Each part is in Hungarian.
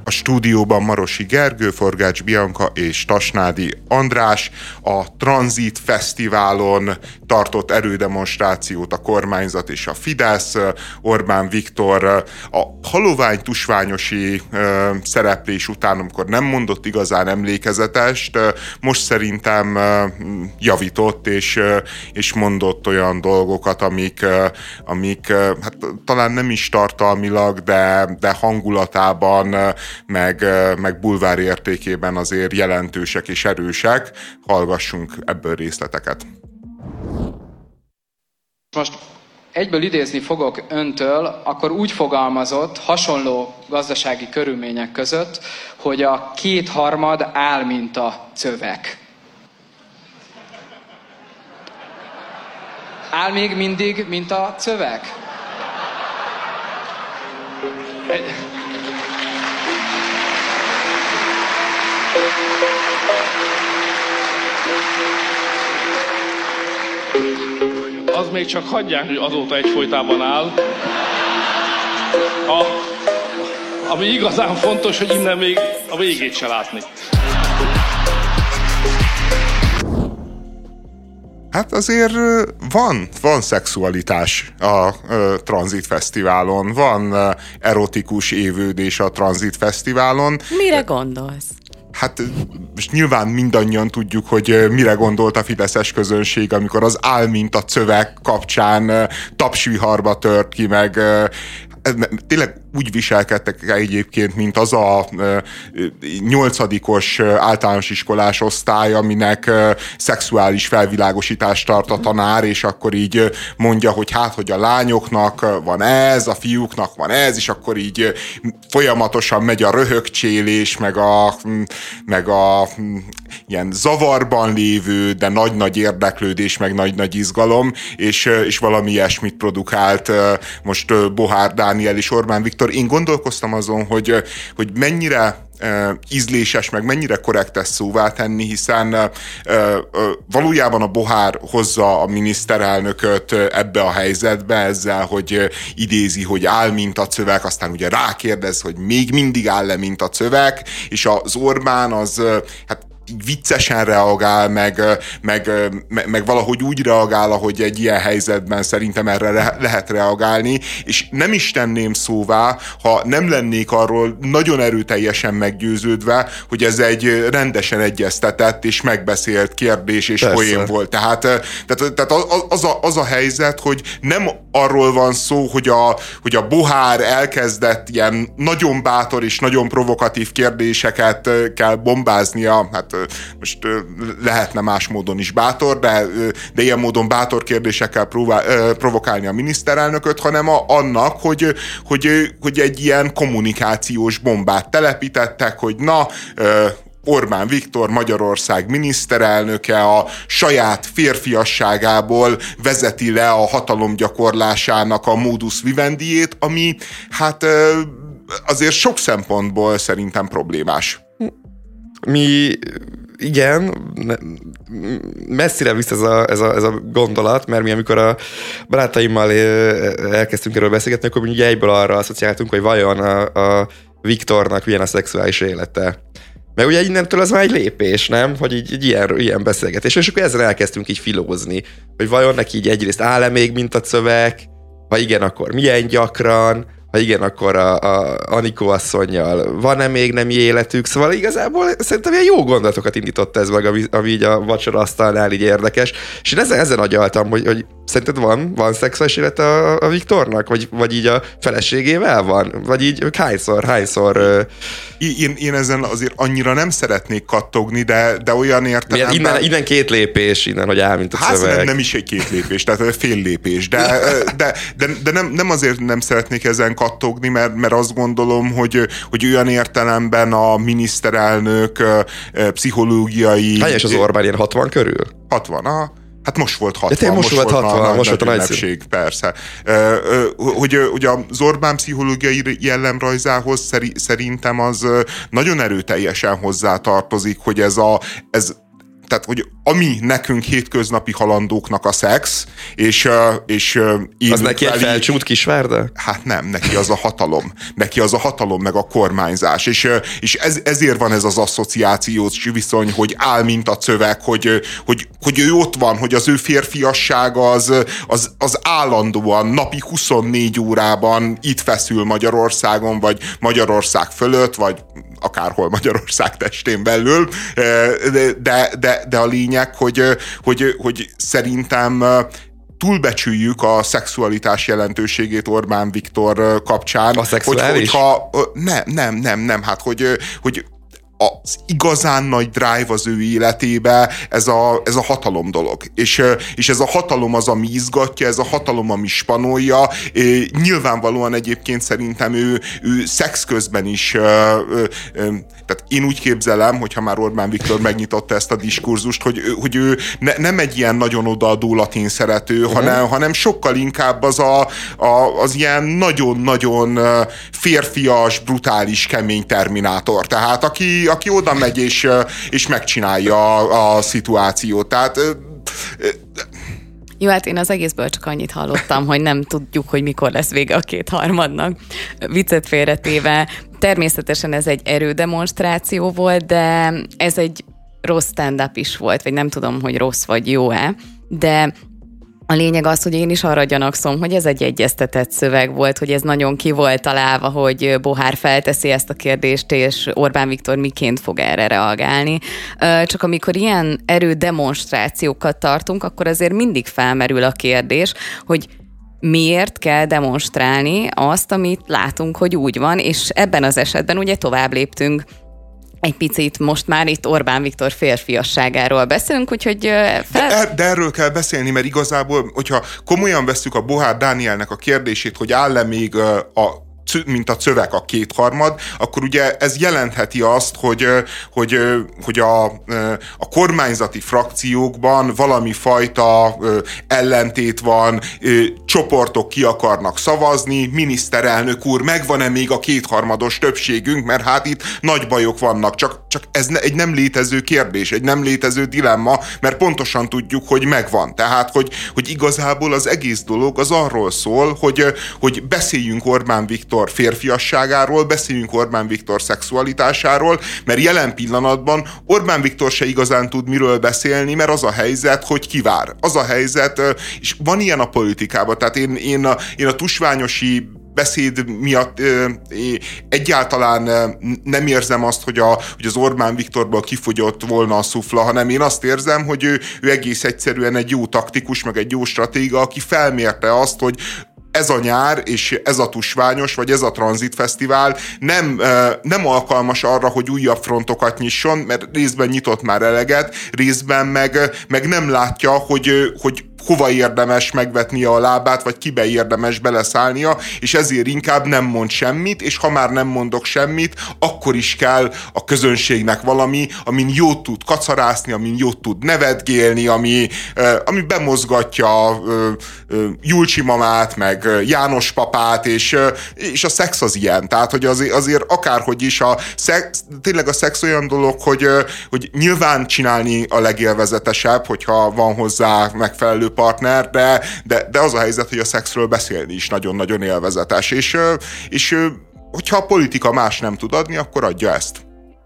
A stúdióban Marosi Gergő, Forgács Bianca és Tasnádi András. A Tranzit Fesztiválon tartott erődemonstrációt a kormányzat és a Fidesz. Orbán Viktor a halovány-tusványosi szereplés után, amikor nem mondott igazán emlékezetest, most szerintem javított és mondott olyan dolgokat, amik hát talán nem is tartalmilag, de hangulatában, meg bulvár értékében azért jelentősek és erősek. Hallgassunk ebből részleteket. Most egyből idézni fogok öntől, akkor úgy fogalmazott, hasonló gazdasági körülmények között, hogy a 2/3 áll, mint a cövek. Áll még mindig, mint a cövek? Az még csak hagyják, hogy azóta egyfolytában áll. Ami igazán fontos, hogy innen még a végét se látni. Hát azért van szexualitás a Tranzit Fesztiválon, van erotikus évődés a Tranzit Fesztiválon. Mire gondolsz? Hát most nyilván mindannyian tudjuk, hogy mire gondolt a fideszes közönség, amikor az áll, mint a cövek kapcsán tapsviharba tört ki, meg tényleg úgy viselkedtek egyébként, mint az a 8-os általános iskolás osztály, aminek szexuális felvilágosítást tart a tanár, és akkor így mondja, hogy hát, hogy a lányoknak van ez, a fiúknak van ez, és akkor így folyamatosan megy a röhögcsélés, meg a ilyen zavarban lévő, de nagy-nagy érdeklődés, meg nagy-nagy izgalom, és valami ilyesmit produkált most Bohár Dániel és Orbán Viktor. Én gondolkoztam azon, hogy mennyire ízléses, meg mennyire korrekt ezt szóvá tenni, hiszen valójában a Bohár hozza a miniszterelnököt ebbe a helyzetbe ezzel, hogy idézi, hogy áll, mint a cövek, aztán ugye rákérdez, hogy még mindig áll-e, mint a cövek, és az Orbán az hát viccesen reagál, meg valahogy úgy reagál, ahogy egy ilyen helyzetben szerintem erre lehet reagálni, és nem is tenném szóvá, ha nem lennék arról nagyon erőteljesen meggyőződve, hogy ez egy rendesen egyeztetett és megbeszélt kérdés és poén volt. Tehát az a helyzet, hogy nem arról van szó, hogy a Bohár elkezdett ilyen nagyon bátor és nagyon provokatív kérdéseket kell bombáznia, hát most lehetne más módon is bátor, de ilyen módon bátor kérdésekkel provokálni a miniszterelnököt, hanem annak, hogy egy ilyen kommunikációs bombát telepítettek, hogy Orbán Viktor, Magyarország miniszterelnöke a saját férfiasságából vezeti le a hatalomgyakorlásának a modus vivendiét, ami hát azért sok szempontból szerintem problémás. Igen, messzire visz ez a gondolat, mert mi amikor a barátaimmal elkezdtünk erről beszélgetni, akkor mi ugye egyből arra asszociáltunk, hogy vajon a Viktornak milyen a szexuális élete. Mert ugye innentől az már egy lépés, nem? Hogy így ilyen beszélgetés. És akkor ezzel elkezdtünk így filózni, hogy vajon neki így egyrészt áll-e még, mint a cövek, ha igen, akkor milyen gyakran, ha igen, akkor a Anikó asszonnyal van-e még nemi életük, szóval igazából szerintem ilyen jó gondolatokat indított ez meg, ami így a vacsoraasztalnál így érdekes, és én ezen agyaltam, hogy szerinted van szexuális élete a Viktornak, vagy így a feleségével van, vagy így hányszor Én ezen azért annyira nem szeretnék kattogni, de olyan értelemben... Innen 2 lépés, hogy áll, mint a szöveg. Hát nem is egy 2 lépés, tehát fél lépés, de nem azért nem szeretnék ezen kattogni, mert azt gondolom, hogy olyan értelemben a miniszterelnök pszichológiai... Hányos az Orbán, ilyen 60 körül? 60, aha. Hát most volt 60. Most volt a ünnepség, persze. Hogy az Orbán pszichológiai jellemrajzához szerintem az nagyon erőteljesen hozzátartozik, hogy ez tehát, hogy ami nekünk hétköznapi halandóknak a szex, és az neki egy felcsút Kisvárda? Hát nem, neki az a hatalom. Neki az a hatalom, meg a kormányzás. És ezért van ez az asszociációs viszony, hogy áll, mint a cövek, hogy ő ott van, hogy az ő férfiassága az állandóan napi 24 órában itt feszül Magyarországon, vagy Magyarország fölött, vagy akárhol Magyarország testén belül, de a lényeg, hogy szerintem túlbecsüljük a szexualitás jelentőségét Orbán Viktor kapcsán. A szexuális? Nem, hát hogy az igazán nagy drive az ő életébe ez a hatalom dolog. És ez a hatalom az, ami izgatja, ez a hatalom, ami spanolja. Nyilvánvalóan egyébként szerintem ő szex közben is, tehát én úgy képzelem, hogyha már Orbán Viktor megnyitotta ezt a diskurzust, hogy ő nem egy ilyen nagyon odaadó latin szerető, hanem sokkal inkább az ilyen nagyon-nagyon férfias, brutális, kemény terminátor. Tehát aki oda megy és megcsinálja a szituációt. Tehát jó, hát én az egészből csak annyit hallottam, hogy nem tudjuk, hogy mikor lesz vége a kétharmadnak. Viccet félretéve, természetesen ez egy erődemonstráció volt, de ez egy rossz stand-up is volt, vagy nem tudom, hogy rossz vagy jó-e, de a lényeg az, hogy én is arra gyanakszom, hogy ez egy egyeztetett szöveg volt, hogy ez nagyon ki volt találva, hogy Bohár felteszi ezt a kérdést, és Orbán Viktor miként fog erre reagálni. Csak amikor ilyen erődemonstrációkat tartunk, akkor azért mindig felmerül a kérdés, hogy miért kell demonstrálni azt, amit látunk, hogy úgy van, és ebben az esetben ugye tovább léptünk egy picit, most már itt Orbán Viktor férfiasságáról beszélünk, úgyhogy... De erről kell beszélni, mert igazából, hogyha komolyan vesszük a Bohár Dánielnek a kérdését, hogy áll-e még mint a cövek a kétharmad, akkor ugye ez jelentheti azt, hogy a kormányzati frakciókban valami fajta ellentét van, csoportok ki akarnak szavazni, miniszterelnök úr, megvan-e még a kétharmados többségünk, mert hát itt nagy bajok vannak, csak ez egy nem létező kérdés, egy nem létező dilemma, mert pontosan tudjuk, hogy megvan. Tehát, hogy igazából az egész dolog az arról szól, hogy beszéljünk Orbán Viktor férfiasságáról, beszéljünk Orbán Viktor szexualitásáról, mert jelen pillanatban Orbán Viktor se igazán tud miről beszélni, mert az a helyzet, hogy kivár. Az a helyzet, és van ilyen a politikában, tehát én a tusványosi beszéd miatt egyáltalán nem érzem azt, hogy az Orbán Viktorból kifogyott volna a szufla, hanem én azt érzem, hogy ő egész egyszerűen egy jó taktikus, meg egy jó stratéga, aki felmérte azt, hogy ez a nyár, és ez a tusványos, vagy ez a tranzitfesztivál nem alkalmas arra, hogy újabb frontokat nyisson, mert részben nyitott már eleget, részben meg nem látja, hogy hova érdemes megvetnie a lábát, vagy kibe érdemes beleszállnia, és ezért inkább nem mond semmit, és ha már nem mondok semmit, akkor is kell a közönségnek valami, amin jót tud kacarászni, amin jót tud nevetgélni, ami bemozgatja Julcsi mamát, meg János papát, és a szex az ilyen. Tehát, hogy azért akárhogy is tényleg a szex olyan dolog, hogy nyilván csinálni a legélvezetesebb, hogyha van hozzá megfelelő partner, de az a helyzet, hogy a szexről beszélni is nagyon-nagyon élvezetes. És hogyha a politika más nem tud adni, akkor adja ezt.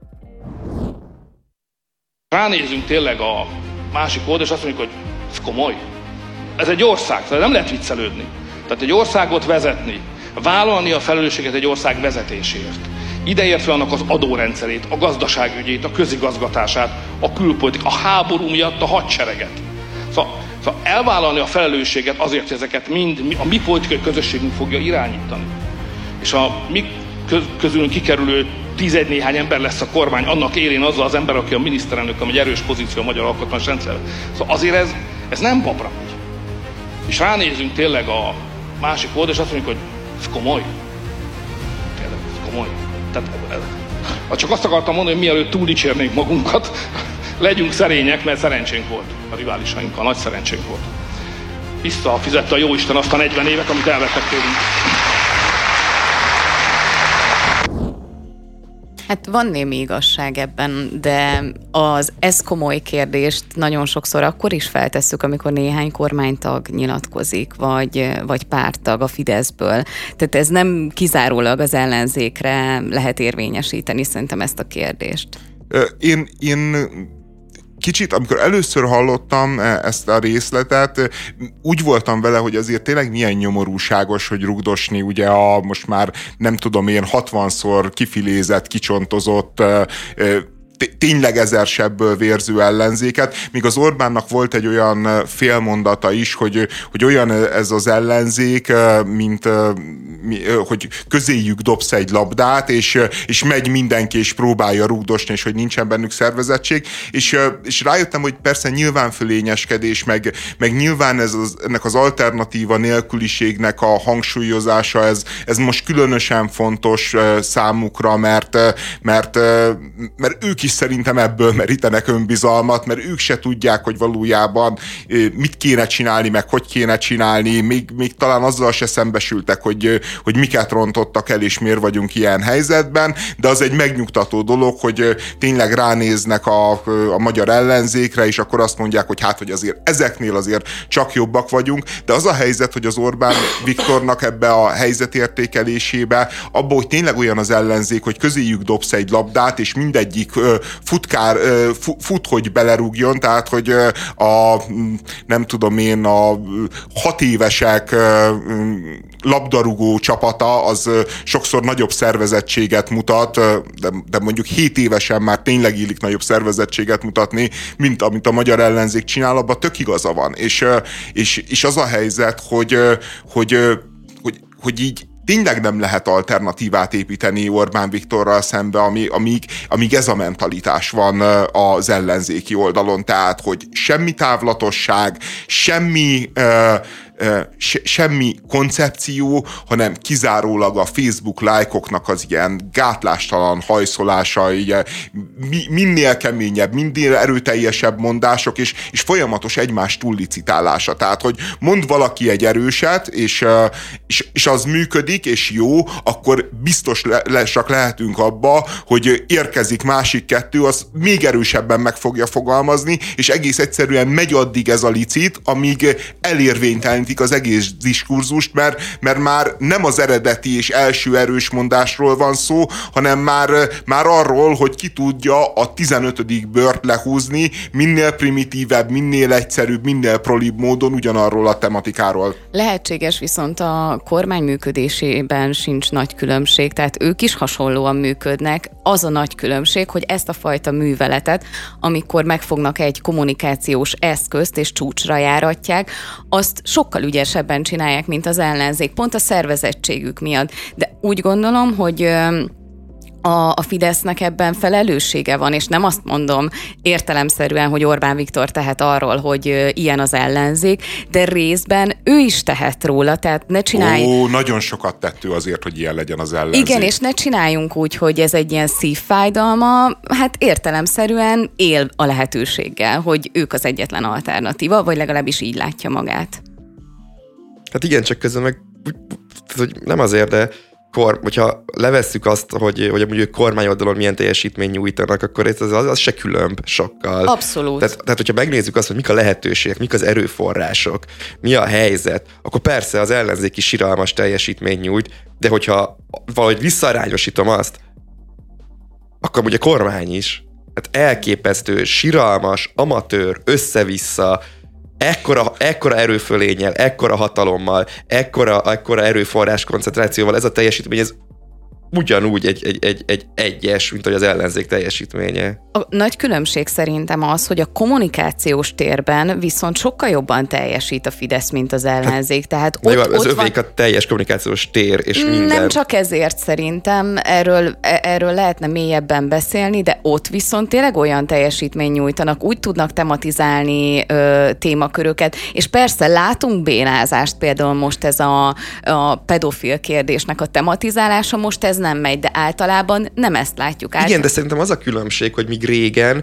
Ránézünk tényleg a másik oldalra, és azt mondjuk, hogy ez komoly. Ez egy ország, tehát nem lehet viccelődni. Tehát egy országot vezetni, vállalni a felelősséget egy ország vezetéséért. Ideértve annak az adórendszerét, a gazdaságügyét, a közigazgatását, a külpolitik, a háború miatt a hadsereget. Szóval elvállalni a felelősséget azért, hogy ezeket mind a mi politikai közösségünk fogja irányítani. És a mi közülünk kikerülő 11 néhány ember lesz a kormány, annak élén azzal az ember, aki a miniszterelnök, ami egy erős pozíció a magyar alkotmányos rendszerben. Szóval azért ez nem babra megy. És ránézünk tényleg a másik oldalra, és azt mondjuk, hogy ez komoly. Tényleg, ez komoly. Tehát, csak azt akartam mondani, hogy mielőtt túl dicsérnénk magunkat, legyünk szerények, mert szerencsénk volt a riválisainkkal, nagy szerencsénk volt. Visszafizette a jóisten azt a 40 évet, amit elvettek tőlünk. Hát van némi igazság ebben, de ez komoly kérdést nagyon sokszor akkor is feltesszük, amikor néhány kormánytag nyilatkozik, vagy párttag a Fideszből. Tehát ez nem kizárólag az ellenzékre lehet érvényesíteni szerintem ezt a kérdést. Én kicsit, amikor először hallottam ezt a részletet, úgy voltam vele, hogy azért tényleg milyen nyomorúságos, hogy rugdosni ugye most már nem tudom én 60-szor kifilézett, kicsontozott tényleg ezersebből vérző ellenzéket, míg az Orbánnak volt egy olyan félmondata is, hogy olyan ez az ellenzék, mint hogy közéjük dobsz egy labdát, és megy mindenki, és próbálja rugdosni, és hogy nincsen bennük szervezettség, és rájöttem, hogy persze nyilván fölényeskedés, meg nyilván ennek az alternatíva nélküliségnek a hangsúlyozása, ez most különösen fontos számukra, mert ők is szerintem ebből merítenek önbizalmat, mert ők se tudják, hogy valójában mit kéne csinálni, meg hogy kéne csinálni, még talán azzal se szembesültek, hogy miket rontottak el, és miért vagyunk ilyen helyzetben, de az egy megnyugtató dolog, hogy tényleg ránéznek a magyar ellenzékre, és akkor azt mondják, hogy hát, hogy azért ezeknél azért csak jobbak vagyunk, de az a helyzet, hogy az Orbán Viktornak ebbe a helyzetértékelésébe, abba, hogy tényleg olyan az ellenzék, hogy közéjük dobsz egy labdát, és mindegyik fut, hogy belerúgjon, tehát, hogy nem tudom én, a 6 évesek labdarúgó csapata az sokszor nagyobb szervezettséget mutat, de mondjuk 7 évesen már tényleg illik nagyobb szervezettséget mutatni, mint amit a magyar ellenzék csinál, abban tök igaza van. És az a helyzet, hogy így tényleg nem lehet alternatívát építeni Orbán Viktorral szembe, amíg ez a mentalitás van az ellenzéki oldalon. Tehát, hogy semmi távlatosság, semmi koncepció, hanem kizárólag a Facebook lájkoknak az ilyen gátlástalan hajszolása, minél keményebb, minél erőteljesebb mondások, és folyamatos egymás túllicitálása. Tehát, hogy mond valaki egy erőset, és az működik, és jó, akkor biztos csak lehetünk abba, hogy érkezik másik kettő, az még erősebben meg fogja fogalmazni, és egész egyszerűen megy addig ez a licit, amíg elérvénytelenítik az egész diskurzust, mert már nem az eredeti és első erős mondásról van szó, hanem már arról, hogy ki tudja a 15. bört lehúzni minél primitívebb, minél egyszerűbb, minél prolibb módon ugyanarról a tematikáról. Lehetséges, viszont a kormány működésében sincs nagy különbség, tehát ők is hasonlóan működnek. Az a nagy különbség, hogy ezt a fajta műveletet, amikor megfognak egy kommunikációs eszközt és csúcsra járatják, azt sokkal ügyesebben csinálják, mint az ellenzék, pont a szervezettségük miatt. De úgy gondolom, hogy a Fidesznek ebben felelőssége van, és nem azt mondom értelemszerűen, hogy Orbán Viktor tehet arról, hogy ilyen az ellenzék, de részben ő is tehet róla, tehát ne csinálj... Nagyon sokat tett ő azért, hogy ilyen legyen az ellenzék. Igen, és ne csináljunk úgy, hogy ez egy ilyen szívfájdalma, hát értelemszerűen él a lehetőséggel, hogy ők az egyetlen alternatíva, vagy legalábbis így látja magát. Hát igen, csak közben meg hogy nem azért, de hogyha levesszük azt, hogy mondjuk kormányoldalon milyen teljesítmény nyújtanak, akkor az se különb sokkal. Abszolút. Tehát, hogyha megnézzük azt, hogy mik a lehetőségek, mik az erőforrások, mi a helyzet, akkor persze az ellenzéki siralmas teljesítmény nyújt, de hogyha valahogy visszaarányosítom azt, akkor ugye kormány is. Hát elképesztő, siralmas, amatőr, össze-vissza, ekkora erőfölénnyel, ekkora hatalommal, ekkora erőforrás koncentrációval ez a teljesítmény, ez ugyanúgy egy egyes, mint hogy az ellenzék teljesítménye. A nagy különbség szerintem az, hogy a kommunikációs térben viszont sokkal jobban teljesít a Fidesz, mint az ellenzék. Tehát ott övék a teljes kommunikációs tér, és minden. Nem csak ezért szerintem, erről lehetne mélyebben beszélni, de ott viszont tényleg olyan teljesítmény nyújtanak, úgy tudnak tematizálni témaköröket, és persze látunk bénázást, például most ez a pedofil kérdésnek a tematizálása, most ez nem megy, de általában nem ezt látjuk. Igen, de szerintem az a különbség, hogy míg régen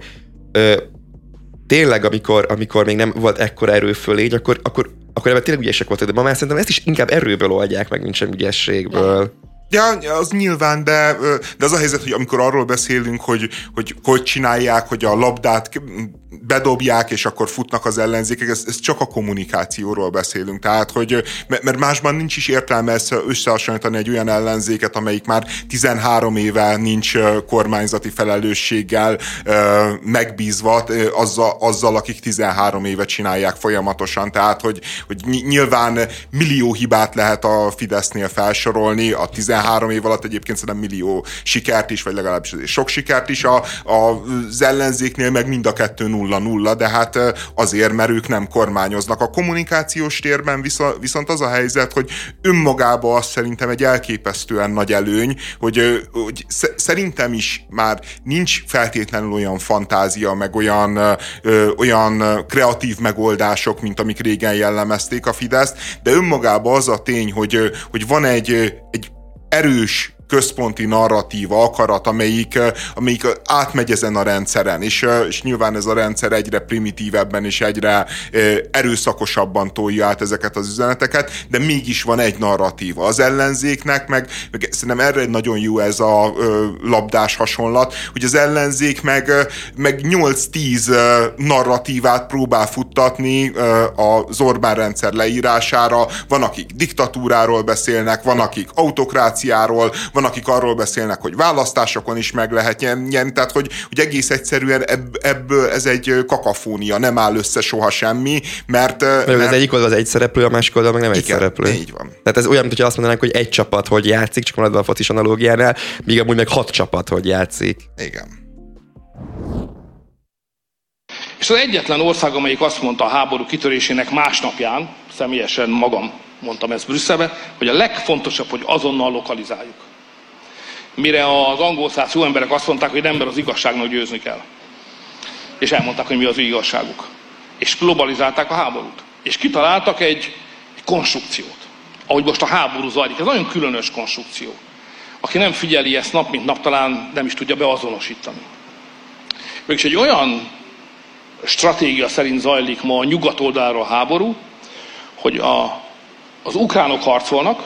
tényleg, amikor még nem volt ekkora erőfölény, akkor ebben tényleg ügyesek voltak, de ma már szerintem ezt is inkább erőből oldják meg, mint sem ügyességből. Ja, az nyilván, de az a helyzet, hogy amikor arról beszélünk, hogy csinálják, hogy a labdát bedobják, és akkor futnak az ellenzékek, ez csak a kommunikációról beszélünk. Tehát, hogy, mert másban nincs is értelme ezt összehasonlítani egy olyan ellenzéket, amelyik már 13 éve nincs kormányzati felelősséggel megbízva azzal, akik 13 éve csinálják folyamatosan. Tehát, hogy nyilván millió hibát lehet a Fidesznél felsorolni, a 13 év alatt egyébként szerintem millió sikert is, vagy legalábbis sok sikert is, az ellenzéknél meg mind a kettő 0-0, de hát azért, mert ők nem kormányoznak. A kommunikációs térben viszont az a helyzet, hogy önmagában az szerintem egy elképesztően nagy előny, hogy szerintem is már nincs feltétlenül olyan fantázia, meg olyan kreatív megoldások, mint amik régen jellemezték a Fideszt, de önmagában az a tény, hogy van egy erős központi narratíva, akarat, amelyik átmegy ezen a rendszeren, és nyilván ez a rendszer egyre primitívebben és egyre erőszakosabban tolja át ezeket az üzeneteket, de mégis van egy narratíva. Az ellenzéknek, meg szerintem erre nagyon jó ez a labdás hasonlat, hogy az ellenzék meg 8-10 narratívát próbál futtatni az Orbán rendszer leírására. Van, akik diktatúráról beszélnek, van, akik autokráciáról, van, akik arról beszélnek, hogy választásokon is meg lehet nyerni, tehát hogy egész egyszerűen ebből ez egy kakafónia, nem áll össze soha semmi, mert az egyik oldal az egy szereplő, a másik oldal meg nem egy szereplő. Így van. Tehát ez olyan, mint hogyha azt mondanánk, hogy egy csapat, hogy játszik, csak maradva a focis analógiánál, míg amúgy meg 6 csapat, hogy játszik. Igen. És az egyetlen ország, amelyik azt mondta a háború kitörésének másnapján, személyesen magam mondtam ezt Brüsszelbe, hogy a legfontosabb, hogy azonnal lokalizáljuk. Mire az angol száz jó emberek azt mondták, hogy ember az igazságnak győzni kell. És elmondták, hogy mi az ő igazságuk. És globalizálták a háborút. És kitaláltak egy konstrukciót. Ahogy most a háború zajlik. Ez nagyon különös konstrukció. Aki nem figyeli ezt nap mint nap, talán nem is tudja beazonosítani. Mégis egy olyan stratégia szerint zajlik ma a nyugat oldalról a háború, hogy az ukránok harcolnak,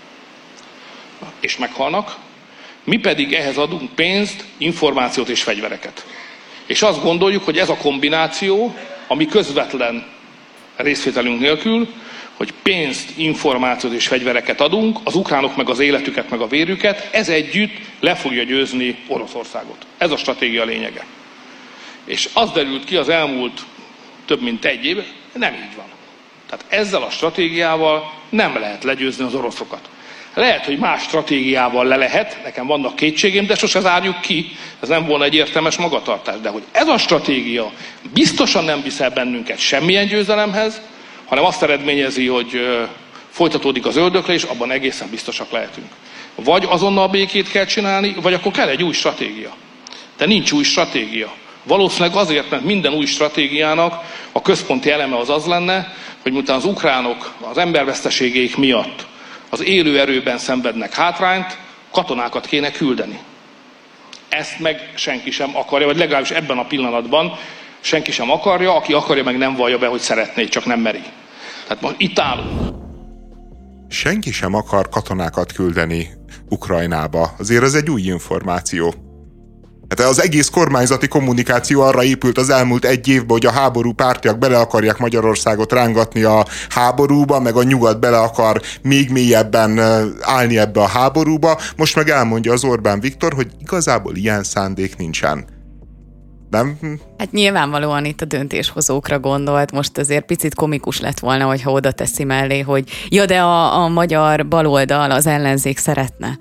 és meghalnak, mi pedig ehhez adunk pénzt, információt és fegyvereket. És azt gondoljuk, hogy ez a kombináció, ami közvetlen részvételünk nélkül, hogy pénzt, információt és fegyvereket adunk, az ukránok meg az életüket, meg a vérüket, ez együtt le fogja győzni Oroszországot. Ez a stratégia lényege. És az derült ki az elmúlt több mint egy év, nem így van. Tehát ezzel a stratégiával nem lehet legyőzni az oroszokat. Lehet, hogy más stratégiával le lehet, nekem vannak kétségeim, de sose zárjuk ki, ez nem volna egy értelmes magatartás. De hogy ez a stratégia biztosan nem visz el bennünket semmilyen győzelemhez, hanem azt eredményezi, hogy folytatódik az öldöklés, abban egészen biztosak lehetünk. Vagy azonnal békét kell csinálni, vagy akkor kell egy új stratégia. De nincs új stratégia. Valószínűleg azért, mert minden új stratégiának a központi eleme az lenne, hogy miután az ukránok az emberveszteségeik miatt az élő erőben szenvednek hátrányt, katonákat kéne küldeni. Ezt meg senki sem akarja, vagy legalábbis ebben a pillanatban senki sem akarja, aki akarja, meg nem vallja be, hogy szeretné, csak nem meri. Tehát most itt állunk. Senki sem akar katonákat küldeni Ukrajnába. Azért ez egy új információ. Hát az egész kormányzati kommunikáció arra épült az elmúlt egy évben, hogy a háború pártiak bele akarják Magyarországot rángatni a háborúba, meg a nyugat bele akar még mélyebben állni ebbe a háborúba. Most meg elmondja az Orbán Viktor, hogy igazából ilyen szándék nincsen. Nem? Hát nyilvánvalóan itt a döntéshozókra gondolt, most azért picit komikus lett volna, hogyha oda teszi mellé, hogy ja, de a magyar baloldal, az ellenzék szeretne.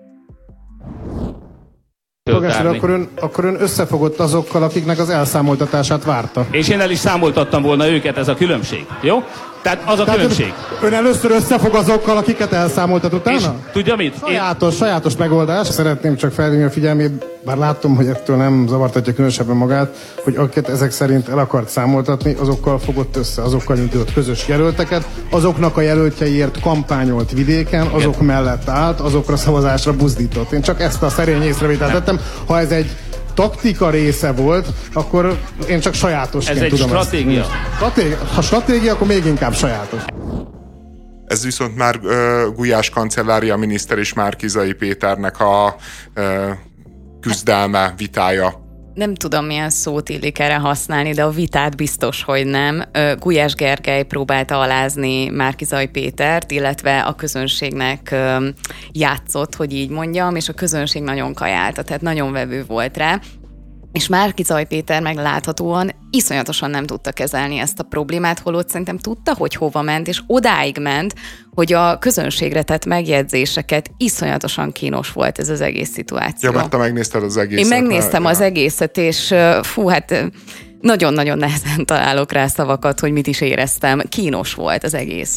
Akkor ön összefogott azokkal, akiknek az elszámoltatását várta. És én el is számoltattam volna őket, ez a különbség. Jó? Tehát az a különbség. Ön először összefog azokkal, akiket elszámoltat utána? És tudja mit? Sajátos megoldás. Szeretném csak felhívni a figyelmét, bár látom, hogy ettől nem zavartatja különösebben magát, hogy akiket ezek szerint el akart számoltatni, azokkal fogott össze, azokkal indított közös jelölteket, azoknak a jelöltjeiért kampányolt vidéken, azok mellett állt, azokra szavazásra buzdított. Én csak ezt a szerény észrevételt tettem. Ha ez egy taktika része volt, akkor én csak sajátosként tudom. Ez egy stratégia. Ha stratégia, akkor még inkább sajátos. Ez viszont már Gulyás kancellária miniszter és Márki-Zay Péternek a küzdelme, vitája. Nem tudom, milyen szót illik erre használni, de a vitát biztos, hogy nem. Gulyás Gergely próbálta alázni Márki-Zay Pétert, illetve a közönségnek játszott, hogy így mondjam, és a közönség nagyon kajálta, tehát nagyon vevő volt rá. És Márki-Zay Péter meg láthatóan iszonyatosan nem tudta kezelni ezt a problémát, holott szerintem tudta, hogy hova ment, és odáig ment, hogy a közönségre tett megjegyzéseket iszonyatosan kínos volt ez az egész szituáció. Ja, mert te megnézted az egészet. Én megnéztem az egészet, és hát nagyon-nagyon nehezen találok rá szavakat, hogy mit is éreztem. Kínos volt az egész.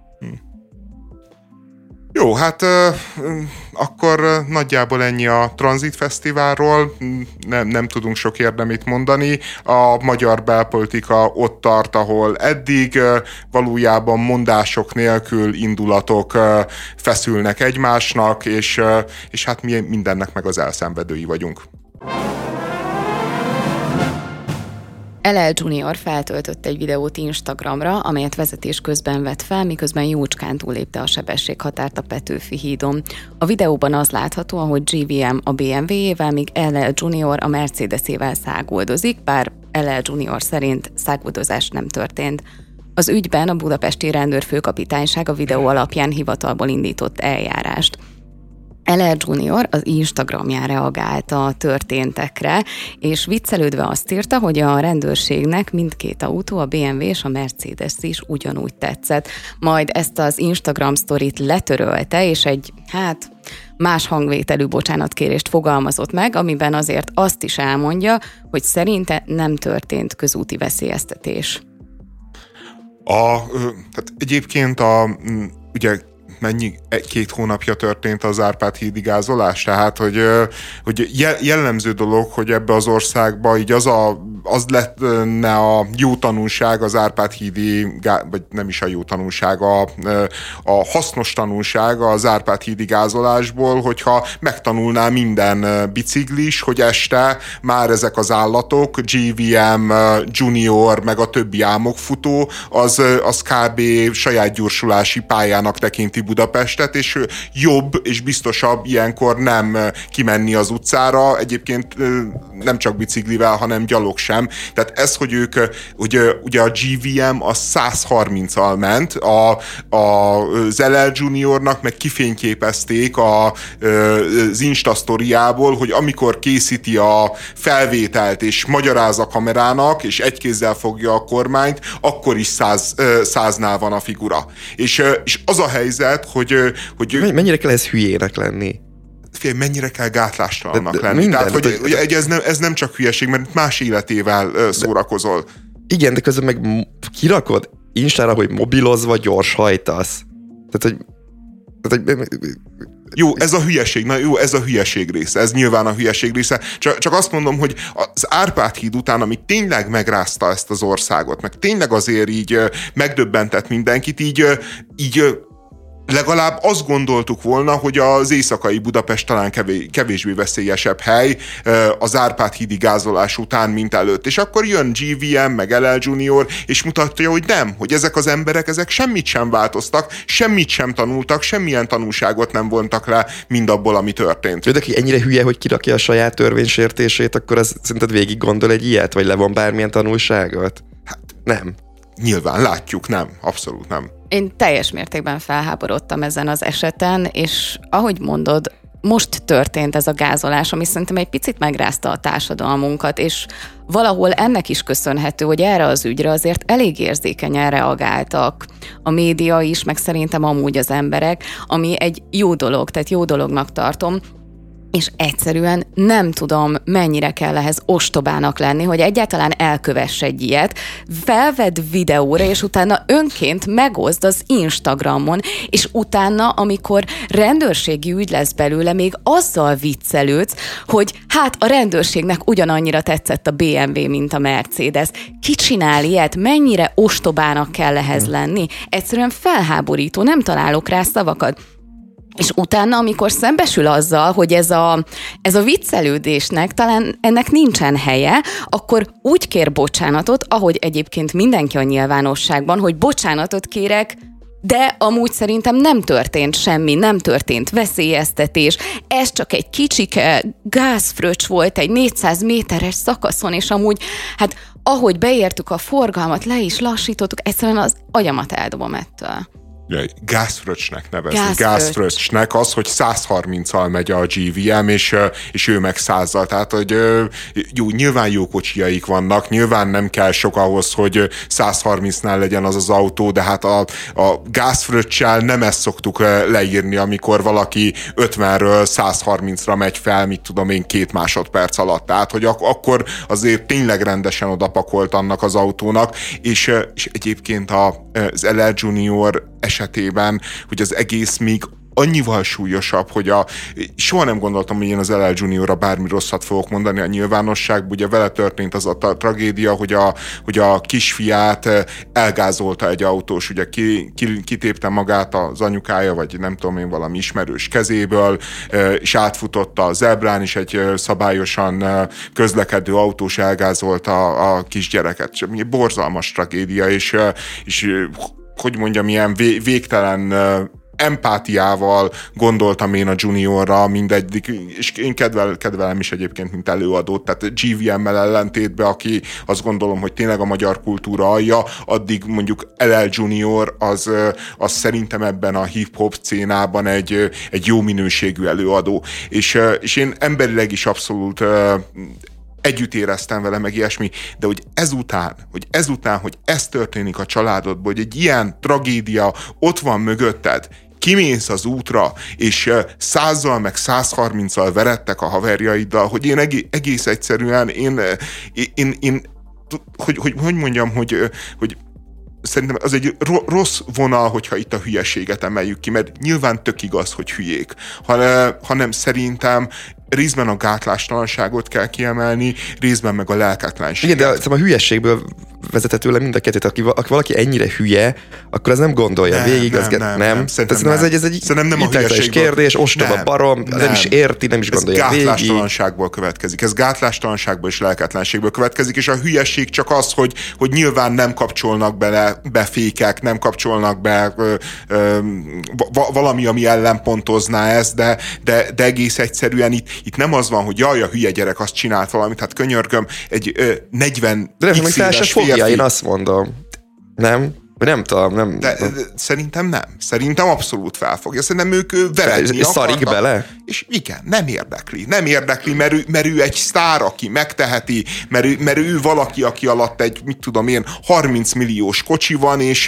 Jó, hát akkor nagyjából ennyi a Tranzit Fesztiválról, nem tudunk sok érdemit mondani. A magyar belpolitika ott tart, ahol eddig valójában mondások nélkül indulatok feszülnek egymásnak, és hát mi mindennek meg az elszenvedői vagyunk. LL Junior feltöltött egy videót Instagramra, amelyet vezetés közben vett fel, miközben jócskán túllépte a sebességhatárt a Petőfi hídon. A videóban az látható, ahogy GVM a BMW-jével, míg LL Junior a Mercedesével száguldozik, bár LL Junior szerint száguldozás nem történt. Az ügyben a budapesti rendőrfőkapitányság a videó alapján hivatalból indított eljárást. LL Junior az Instagramján reagált a történtekre, és viccelődve azt írta, hogy a rendőrségnek mindkét autó, a BMW és a Mercedes is ugyanúgy tetszett. Majd ezt az Instagram sztorit letörölte, és egy, más hangvételű bocsánatkérést fogalmazott meg, amiben azért azt is elmondja, hogy szerinte nem történt közúti veszélyeztetés. Tehát egyébként ugye 2 hónapja történt az Árpád-hídi gázolás, tehát hogy jellemző dolog, hogy ebbe az országba így az lenne a jó tanulság az Árpád-hídi, vagy nem is a jó tanulság, a hasznos tanulság az Árpád-hídi gázolásból, hogyha megtanulná minden biciklis, hogy este már ezek az állatok, GVM, Junior, meg a többi álmokfutó, az kb. Saját gyorsulási pályának tekinti Budapestet, és jobb és biztosabb ilyenkor nem kimenni az utcára, egyébként nem csak biciklivel, hanem gyalog sem. Tehát ez, hogy ugye a GVM az 130-al ment, az LL Juniornak meg kifényképezték az Insta sztoriából, hogy amikor készíti a felvételt és magyaráz a kamerának, és egy kézzel fogja a kormányt, akkor is 100-nál van a figura. És az a helyzet, hogy mennyire kell ez hülyének lenni? Mennyire kell gátlástalannak lenni. Tehát, hogy ez nem csak hülyeség, mert más életével szórakozol. Igen, de közben meg kirakod Instára, hogy mobilozva gyors hajtasz. Tehát, hogy jó, ez a hülyeség, ez a hülyeség része, ez nyilván a hülyeség része. Csak azt mondom, hogy az Árpád-híd után, ami tényleg megrázta ezt az országot, meg tényleg azért így megdöbbentett mindenkit, így legalább azt gondoltuk volna, hogy az éjszakai Budapest talán kevésbé veszélyesebb hely az Árpád-hídi gázolás után, mint előtt. És akkor jön GVM, meg LL Junior, és mutatja, hogy nem, hogy ezek az emberek, ezek semmit sem változtak, semmit sem tanultak, semmilyen tanulságot nem vontak le mindabból, ami történt. De aki ennyire hülye, hogy kirakja a saját törvénysértését, akkor az szerinted végig gondol egy ilyet, vagy levon bármilyen tanulságot? Hát nem. Nyilván látjuk, nem, abszolút nem. Én teljes mértékben felháborodtam ezen az eseten, és ahogy mondod, most történt ez a gázolás, ami szerintem egy picit megrázta a társadalmunkat, és valahol ennek is köszönhető, hogy erre az ügyre azért elég érzékenyen reagáltak a média is, meg szerintem amúgy az emberek, ami egy jó dolog, tehát jó dolognak tartom, és egyszerűen nem tudom, mennyire kell ehhez ostobának lenni, hogy egyáltalán elkövess egy ilyet, felvedd videóra, és utána önként megoszd az Instagramon, és utána, amikor rendőrségi ügy lesz belőle, még azzal viccelődsz, hogy hát a rendőrségnek ugyanannyira tetszett a BMW, mint a Mercedes. Ki csinál ilyet? Mennyire ostobának kell ehhez lenni? Egyszerűen felháborító, nem találok rá szavakat. És utána, amikor szembesül azzal, hogy ez a viccelődésnek talán ennek nincsen helye, akkor úgy kér bocsánatot, ahogy egyébként mindenki a nyilvánosságban, hogy bocsánatot kérek De amúgy szerintem nem történt semmi, nem történt veszélyeztetés. Ez csak egy kicsike gázfröccs volt egy 400 méteres szakaszon, és amúgy, hát ahogy beértük a forgalmat, le is lassítottuk, egyszerűen az agyamat eldobom ettől. Gázfröccsnek nevezni. Gázfröccsnek az, hogy 130-al megy a GVM, és ő meg 100-al. Tehát, hogy jó, nyilván jó kocsijaik vannak, nyilván nem kell sok ahhoz, hogy 130-nál legyen az autó, de hát a gázfröccsel nem ezt szoktuk leírni, amikor valaki 50-ről 130-ra megy fel, mit tudom én, 2 másodperc alatt. Tehát, hogy akkor azért tényleg rendesen odapakolt annak az autónak, és egyébként az LL Junior esetében, hogy az egész még annyival súlyosabb, hogy soha nem gondoltam, hogy én az LL Juniorra bármi rosszat fogok mondani a nyilvánosságban. Ugye vele történt az a tragédia, hogy a kisfiát elgázolta egy autós, ugye kitépte magát az anyukája, vagy nem tudom én, valami ismerős kezéből, és átfutotta a zebrán, és egy szabályosan közlekedő autós elgázolta a kisgyereket. Borzalmas tragédia, és hogy mondjam, ilyen végtelen empátiával gondoltam én a Juniorra mindegyik, és én kedvelem is egyébként, mint előadót, tehát GVM-mel ellentétben, aki azt gondolom, hogy tényleg a magyar kultúra alja, addig mondjuk LL Junior az szerintem ebben a hip-hop szcénában egy jó minőségű előadó, és én emberileg is abszolút együtt éreztem vele, meg ilyesmi, de hogy ezután, hogy ez történik a családodban, hogy egy ilyen tragédia ott van mögötted, kimész az útra, és 100-zal meg 130-al verettek a haverjaiddal, hogy én egész egyszerűen hogy mondjam, hogy szerintem az egy rossz vonal, hogyha itt a hülyeséget emeljük ki, mert nyilván tök igaz, hogy hülyék, hanem szerintem részben a gátlástalanságot kell kiemelni, részben meg a lelketlenséget. Igen, de a hülyességből vezethető le mind a kettőt. Aki valaki ennyire hülye, akkor az nem gondolja végig. Nem. Szerintem ez egy nem a hülyeségből. Kérdés, ostoba barom, nem is érti, nem is gondolja végig. Ez gátlástalanságból következik. Ez gátlástalanságból és lelketlenségből következik, és a hülyesség csak az, hogy nyilván nem kapcsolnak be fékek, nem kapcsolnak be valami, ami ellenpontozná ezt, de egész egyszerűen itt nem az van, hogy jaj, a hülye gyerek azt csinált valamit, hát könyörgöm, egy 40 de nem, éves férfi. Én azt mondom. Nem? Nem tudom. De szerintem nem. Szerintem abszolút felfogja. Szerintem ők veretni akartak. Szarik bele? És igen, nem érdekli, mert ő egy sztár, aki megteheti, mert ő valaki, aki alatt egy, mit tudom én, 30 milliós kocsi van, és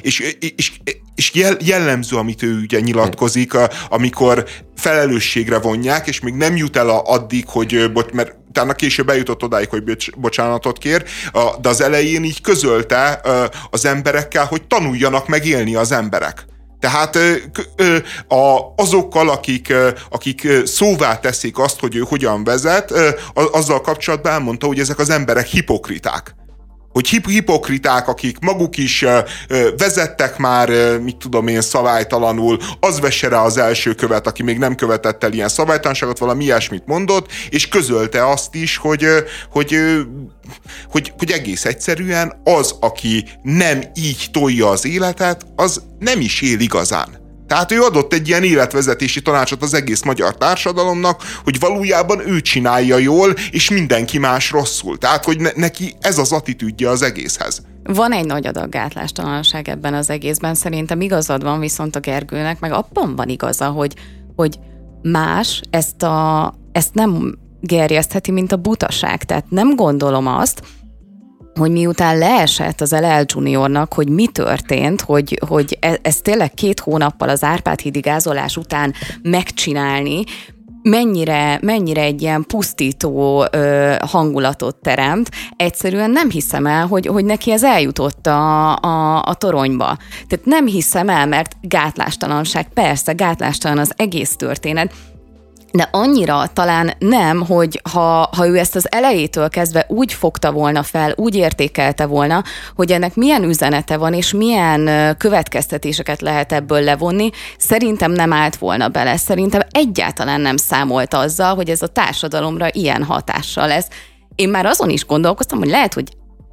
jellemző, amit ő ugye nyilatkozik, amikor felelősségre vonják, és még nem jut el addig, hogy mert utána később eljutott odáig, hogy bocsánatot kér, de az elején így közölte az emberekkel, hogy tanuljanak meg élni az emberek. Tehát azokkal, akik szóvá teszik azt, hogy ő hogyan vezet, azzal kapcsolatban elmondta, hogy ezek az emberek hipokriták. Hogy hipokriták, akik maguk is vezettek már, mit tudom én, szabálytalanul, az vesse rá az első követ, aki még nem követett el ilyen szabálytalanságot, valami ilyesmit mondott, és közölte azt is, hogy egész egyszerűen az, aki nem így tolja az életet, az nem is él igazán. Tehát ő adott egy ilyen életvezetési tanácsot az egész magyar társadalomnak, hogy valójában ő csinálja jól, és mindenki más rosszul. Tehát, hogy neki ez az attitűdje az egészhez. Van egy nagy adag gátlástalanság ebben az egészben. Szerintem igazad van viszont a Gergőnek, meg abban van igaza, hogy más ezt nem gerjesztheti, mint a butaság. Tehát nem gondolom azt, hogy miután leesett az LL Juniornak, hogy mi történt, hogy ez tényleg 2 hónappal az Árpád-hídi gázolás után megcsinálni, mennyire egy ilyen pusztító hangulatot teremt. Egyszerűen nem hiszem el, hogy neki ez eljutott a toronyba. Tehát nem hiszem el, mert gátlástalanság, persze, gátlástalan az egész történet, de annyira talán nem, hogy ha ő ezt az elejétől kezdve úgy fogta volna fel, úgy értékelte volna, hogy ennek milyen üzenete van, és milyen következtetéseket lehet ebből levonni, szerintem nem állt volna bele. Szerintem egyáltalán nem számolt azzal, hogy ez a társadalomra ilyen hatással lesz. Én már azon is gondolkoztam, hogy lehet, hogy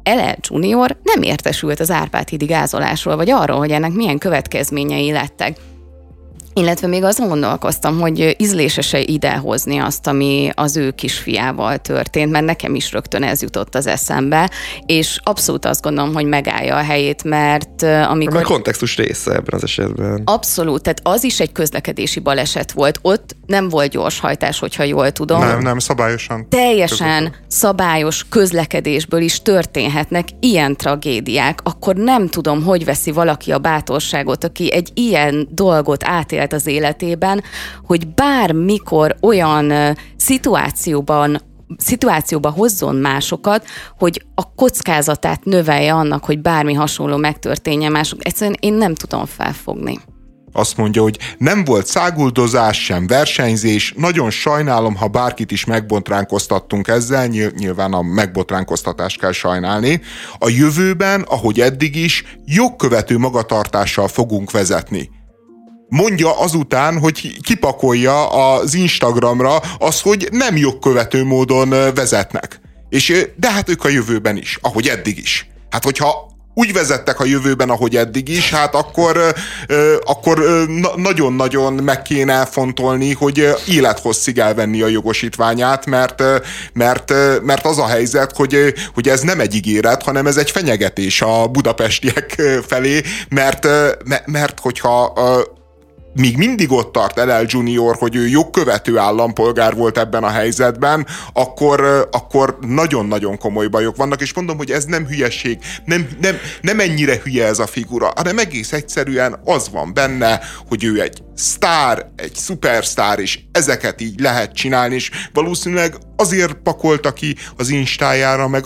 LL Junior nem értesült az Árpád-hídi gázolásról, vagy arról, hogy ennek milyen következményei lettek. Illetve még azon gondolkoztam, hogy ízlésese idehozni azt, ami az ő kisfiával történt, mert nekem is rögtön ez jutott az eszembe, és abszolút azt gondolom, hogy megállja a helyét, mert amikor... A kontextus része ebben az esetben. Abszolút, tehát az is egy közlekedési baleset volt. Ott nem volt gyorshajtás, hogyha jól tudom. Nem, szabályosan. Teljesen szabályos közlekedésből is történhetnek ilyen tragédiák. Akkor nem tudom, hogy veszi valaki a bátorságot, aki egy ilyen dolgot átélt az életében, hogy bármikor olyan szituációba hozzon másokat, hogy a kockázatát növelje annak, hogy bármi hasonló megtörténjen mások. Egyszerűen én nem tudom felfogni. Azt mondja, hogy nem volt száguldozás, sem versenyzés, nagyon sajnálom, ha bárkit is megbotránkoztattunk ezzel, nyilván a megbotránkoztatást kell sajnálni. A jövőben, ahogy eddig is, jogkövető magatartással fogunk vezetni. Mondja azután, hogy kipakolja az Instagramra azt, hogy nem jogkövető módon vezetnek. De hát ők a jövőben is, ahogy eddig is. Hát hogyha úgy vezettek a jövőben, ahogy eddig is, hát akkor nagyon-nagyon meg kéne fontolni, hogy élethosszig elvenni a jogosítványát, mert az a helyzet, hogy ez nem egy ígéret, hanem ez egy fenyegetés a budapestiek felé, mert hogyha míg mindig ott tart LL Junior, hogy ő jogkövető állampolgár volt ebben a helyzetben, akkor nagyon-nagyon komoly bajok vannak, és mondom, hogy ez nem hülyeség, nem ennyire hülye ez a figura, hanem egész egyszerűen az van benne, hogy ő egy sztár, egy szupersztár, és ezeket így lehet csinálni, és valószínűleg azért pakolta ki az Instájára, meg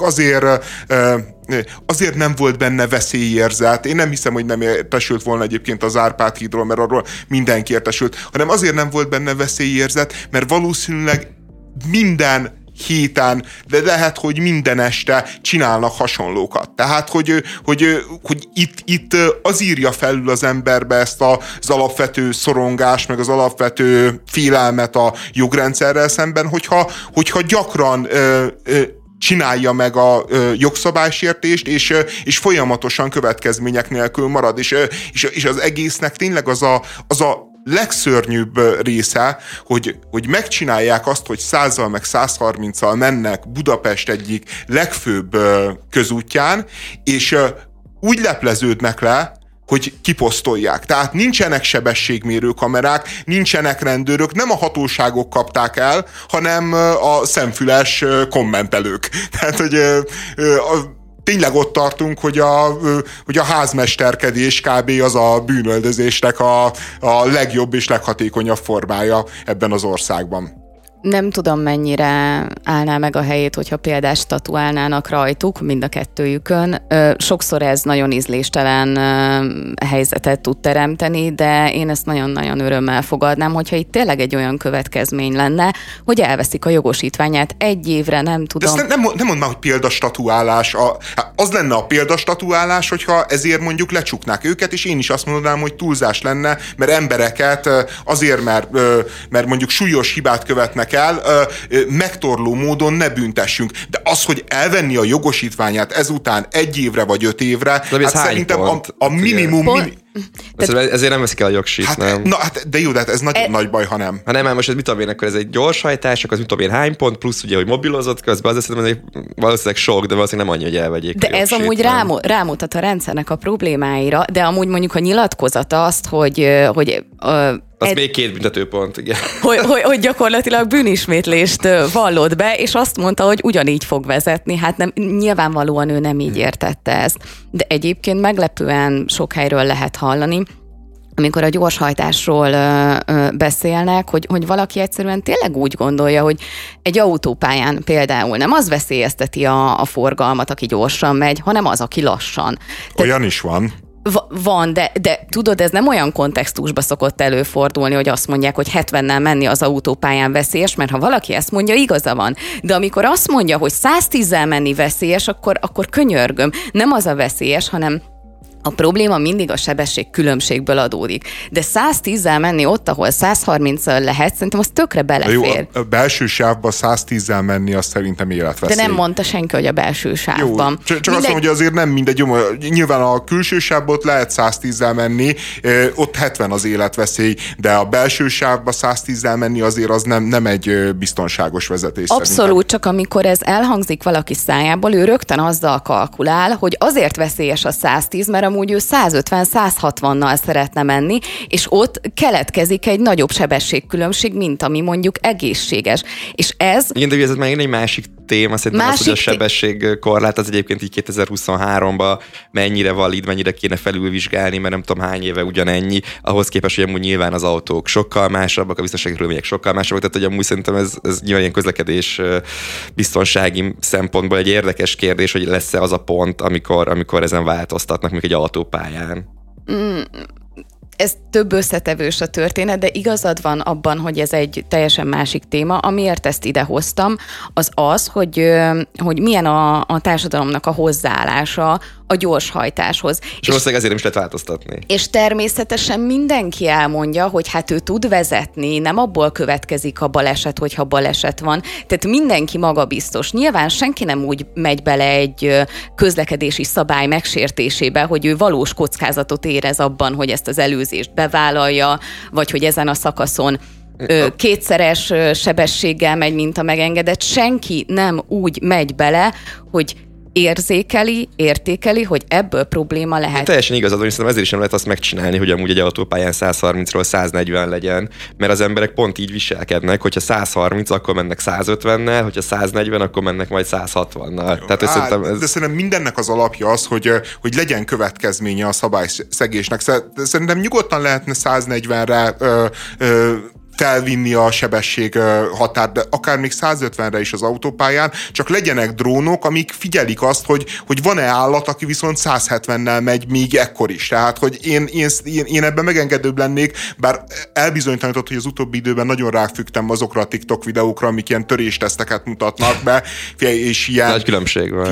azért nem volt benne veszélyérzet. Én nem hiszem, hogy nem értesült volna egyébként az Árpád-hídról, mert arról mindenki értesült, hanem azért nem volt benne veszélyérzet, mert valószínűleg minden héten, de lehet, hogy minden este csinálnak hasonlókat. Tehát, hogy itt az írja felül az emberbe ezt az alapvető szorongást, meg az alapvető félelmet a jogrendszerrel szemben, hogyha gyakran csinálja meg a jogszabálysértést, és folyamatosan következmények nélkül marad. És az egésznek tényleg az a legszörnyűbb része, hogy megcsinálják azt, hogy 100-al meg 130-al mennek Budapest egyik legfőbb közútján, és úgy lepleződnek le, hogy kiposztolják. Tehát nincsenek sebességmérő kamerák, nincsenek rendőrök, nem a hatóságok kapták el, hanem a szemfüles kommentelők. Tehát, hogy tényleg ott tartunk, hogy a házmesterkedés kb. Az a bűnöldözésnek a legjobb és leghatékonyabb formája ebben az országban. Nem tudom, mennyire állná meg a helyét, hogyha példást tatuálnának rajtuk, mind a kettőjükön. Sokszor ez nagyon ízléstelen helyzetet tud teremteni, de én ezt nagyon-nagyon örömmel fogadnám, hogyha itt tényleg egy olyan következmény lenne, hogy elveszik a jogosítványát egy évre, nem tudom. De nem mondd már, hogy példastatuálás. Az lenne a példastatuálás, hogyha ezért mondjuk lecsuknák őket, és én is azt mondanám, hogy túlzás lenne, mert embereket azért, mert mondjuk súlyos hibát követnek el, megtorló módon ne büntessünk. De az, hogy elvenni a jogosítványát ezután 1 évre vagy 5 évre, hát szerintem a minimum... Ezért nem veszik el a jogsit, nem? De jó, de hát ez nagyon nagy baj, ha nem. Ha nem, most ez mit tudom én, akkor ez egy gyorshajtás, akkor az mit tudom én hány pont, plusz ugye, hogy mobilozott közben, az valószínűleg sok, de valószínűleg nem annyi, hogy elvegyék. De ez amúgy rámutat a rendszernek a problémáira, de amúgy mondjuk a nyilatkozata azt, hogy az még 2 büntetőpont, igen. Hogy gyakorlatilag bűnismétlést vallott be, és azt mondta, hogy ugyanígy fog vezetni. Hát nem, nyilvánvalóan ő nem így értette ezt. De egyébként meglepően sok helyről lehet hallani, amikor a gyorshajtásról beszélnek, hogy valaki egyszerűen tényleg úgy gondolja, hogy egy autópályán például nem az veszélyezteti a forgalmat, aki gyorsan megy, hanem az, aki lassan. Olyan is van. Van, de tudod, ez nem olyan kontextusba szokott előfordulni, hogy azt mondják, hogy 70-nel menni az autópályán veszélyes, mert ha valaki ezt mondja, igaza van. De amikor azt mondja, hogy 110-zel menni veszélyes, akkor könyörgöm. Nem az a veszélyes, hanem A probléma mindig a sebesség különbségből adódik. De 110-zel menni ott, ahol 130-al lehet, szerintem az tökre belefér. Jó, a belső sávba 110-zel menni, az szerintem életveszély. De nem mondta senki, hogy a belső sávban. Jó, csak azt mondom, hogy azért nem mindegy. Nyilván a külső sávban lehet 110-zel menni, ott 70 az életveszély, de a belső sávba 110-zel menni azért az nem egy biztonságos vezetés. Abszolút, szerintem. csak amikor ez elhangzik valaki szájából, ő rögtön azzal kalkulál, hogy azért veszélyes a 110, mert amúgy ő 150-160-nal szeretne menni, és ott keletkezik egy nagyobb sebességkülönbség, mint ami mondjuk egészséges. És ez... Igen, de ez már egy másik téma, szerintem az, hogy a sebességkorlát az egyébként így 2023-ban mennyire valid, mennyire kéne felülvizsgálni, mert nem tudom hány éve ugyanennyi, ahhoz képest, hogy amúgy nyilván az autók sokkal másabbak, a biztonsági körülmények sokkal másabbak, tehát hogy amúgy szerintem ez nyilván ilyen közlekedés biztonsági szempontból egy érdekes kérdés, hogy lesz-e az a pont, amikor ezen változtatnak, még egy autópályán. Ez több összetevős a történet, de igazad van abban, hogy ez egy teljesen másik téma. Amiért ezt idehoztam, az, hogy milyen a társadalomnak a hozzáállása a gyorshajtáshoz. És valószínűleg ezért nem is lehet változtatni. És természetesen mindenki elmondja, hogy hát ő tud vezetni, nem abból következik a baleset, hogyha baleset van. Tehát mindenki magabiztos. Nyilván senki nem úgy megy bele egy közlekedési szabály megsértésébe, hogy ő valós kockázatot érez abban, hogy ezt az előzést bevállalja, vagy hogy ezen a szakaszon kétszeres sebességgel megy, mint a megengedett. Senki nem úgy megy bele, hogy értékeli, hogy ebből probléma lehet. Teljesen igazad, hogy szerintem ezért is nem lehet azt megcsinálni, hogy amúgy egy autópályán 130-ról 140 legyen, mert az emberek pont így viselkednek, hogyha 130, akkor mennek 150-nel, hogyha 140, akkor mennek majd 160-nal. Tehát szerintem de szerintem mindennek az alapja az, hogy legyen következménye a szabályszegésnek. Szerintem nyugodtan lehetne 140-re felvinni a sebesség határt, de akár még 150-re is az autópályán, csak legyenek drónok, amik figyelik azt, hogy van-e állat, aki viszont 170-nel megy még ekkor is. Tehát, hogy én ebben megengedőbb lennék, bár elbizonytalanított, hogy az utóbbi időben nagyon ráfügtem azokra a TikTok videókra, amik ilyen törésteszteket mutatnak be, és ilyen... Nagy különbség van.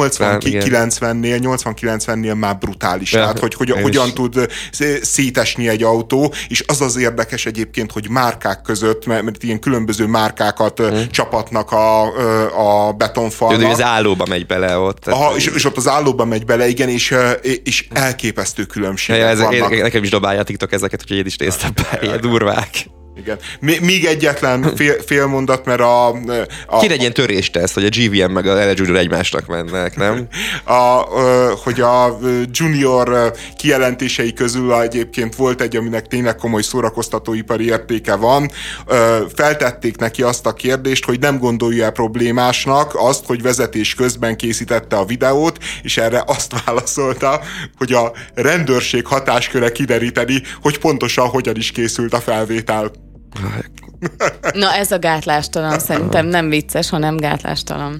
80-90-nél már brutális. Tehát, hogy hogyan tud szétesni egy autó, és az érdekes egyébként, hogy márkák között, mert ilyen különböző márkákat csapatnak a betonfalra. De az állóba megy bele ott. És ott az állóba megy bele, igen, és elképesztő különbségek vannak. Nekem is dobálja a TikTok ezeket, úgyhogy én is néztem be, ilyen durvák. Igen. Még egyetlen fél mondat, mert Kéne egy ilyen törésteszt, hogy a GVM meg a LA Junior egymásnak mennek, nem? Hogy a Junior kijelentései közül egyébként volt egy, aminek tényleg komoly szórakoztatóipari értéke van. Feltették neki azt a kérdést, hogy nem gondolja-e problémásnak azt, hogy vezetés közben készítette a videót, és erre azt válaszolta, hogy a rendőrség hatásköre kideríteni, hogy pontosan hogyan is készült a felvétel. Na ez a gátlástalan, szerintem nem vicces, hanem gátlástalan.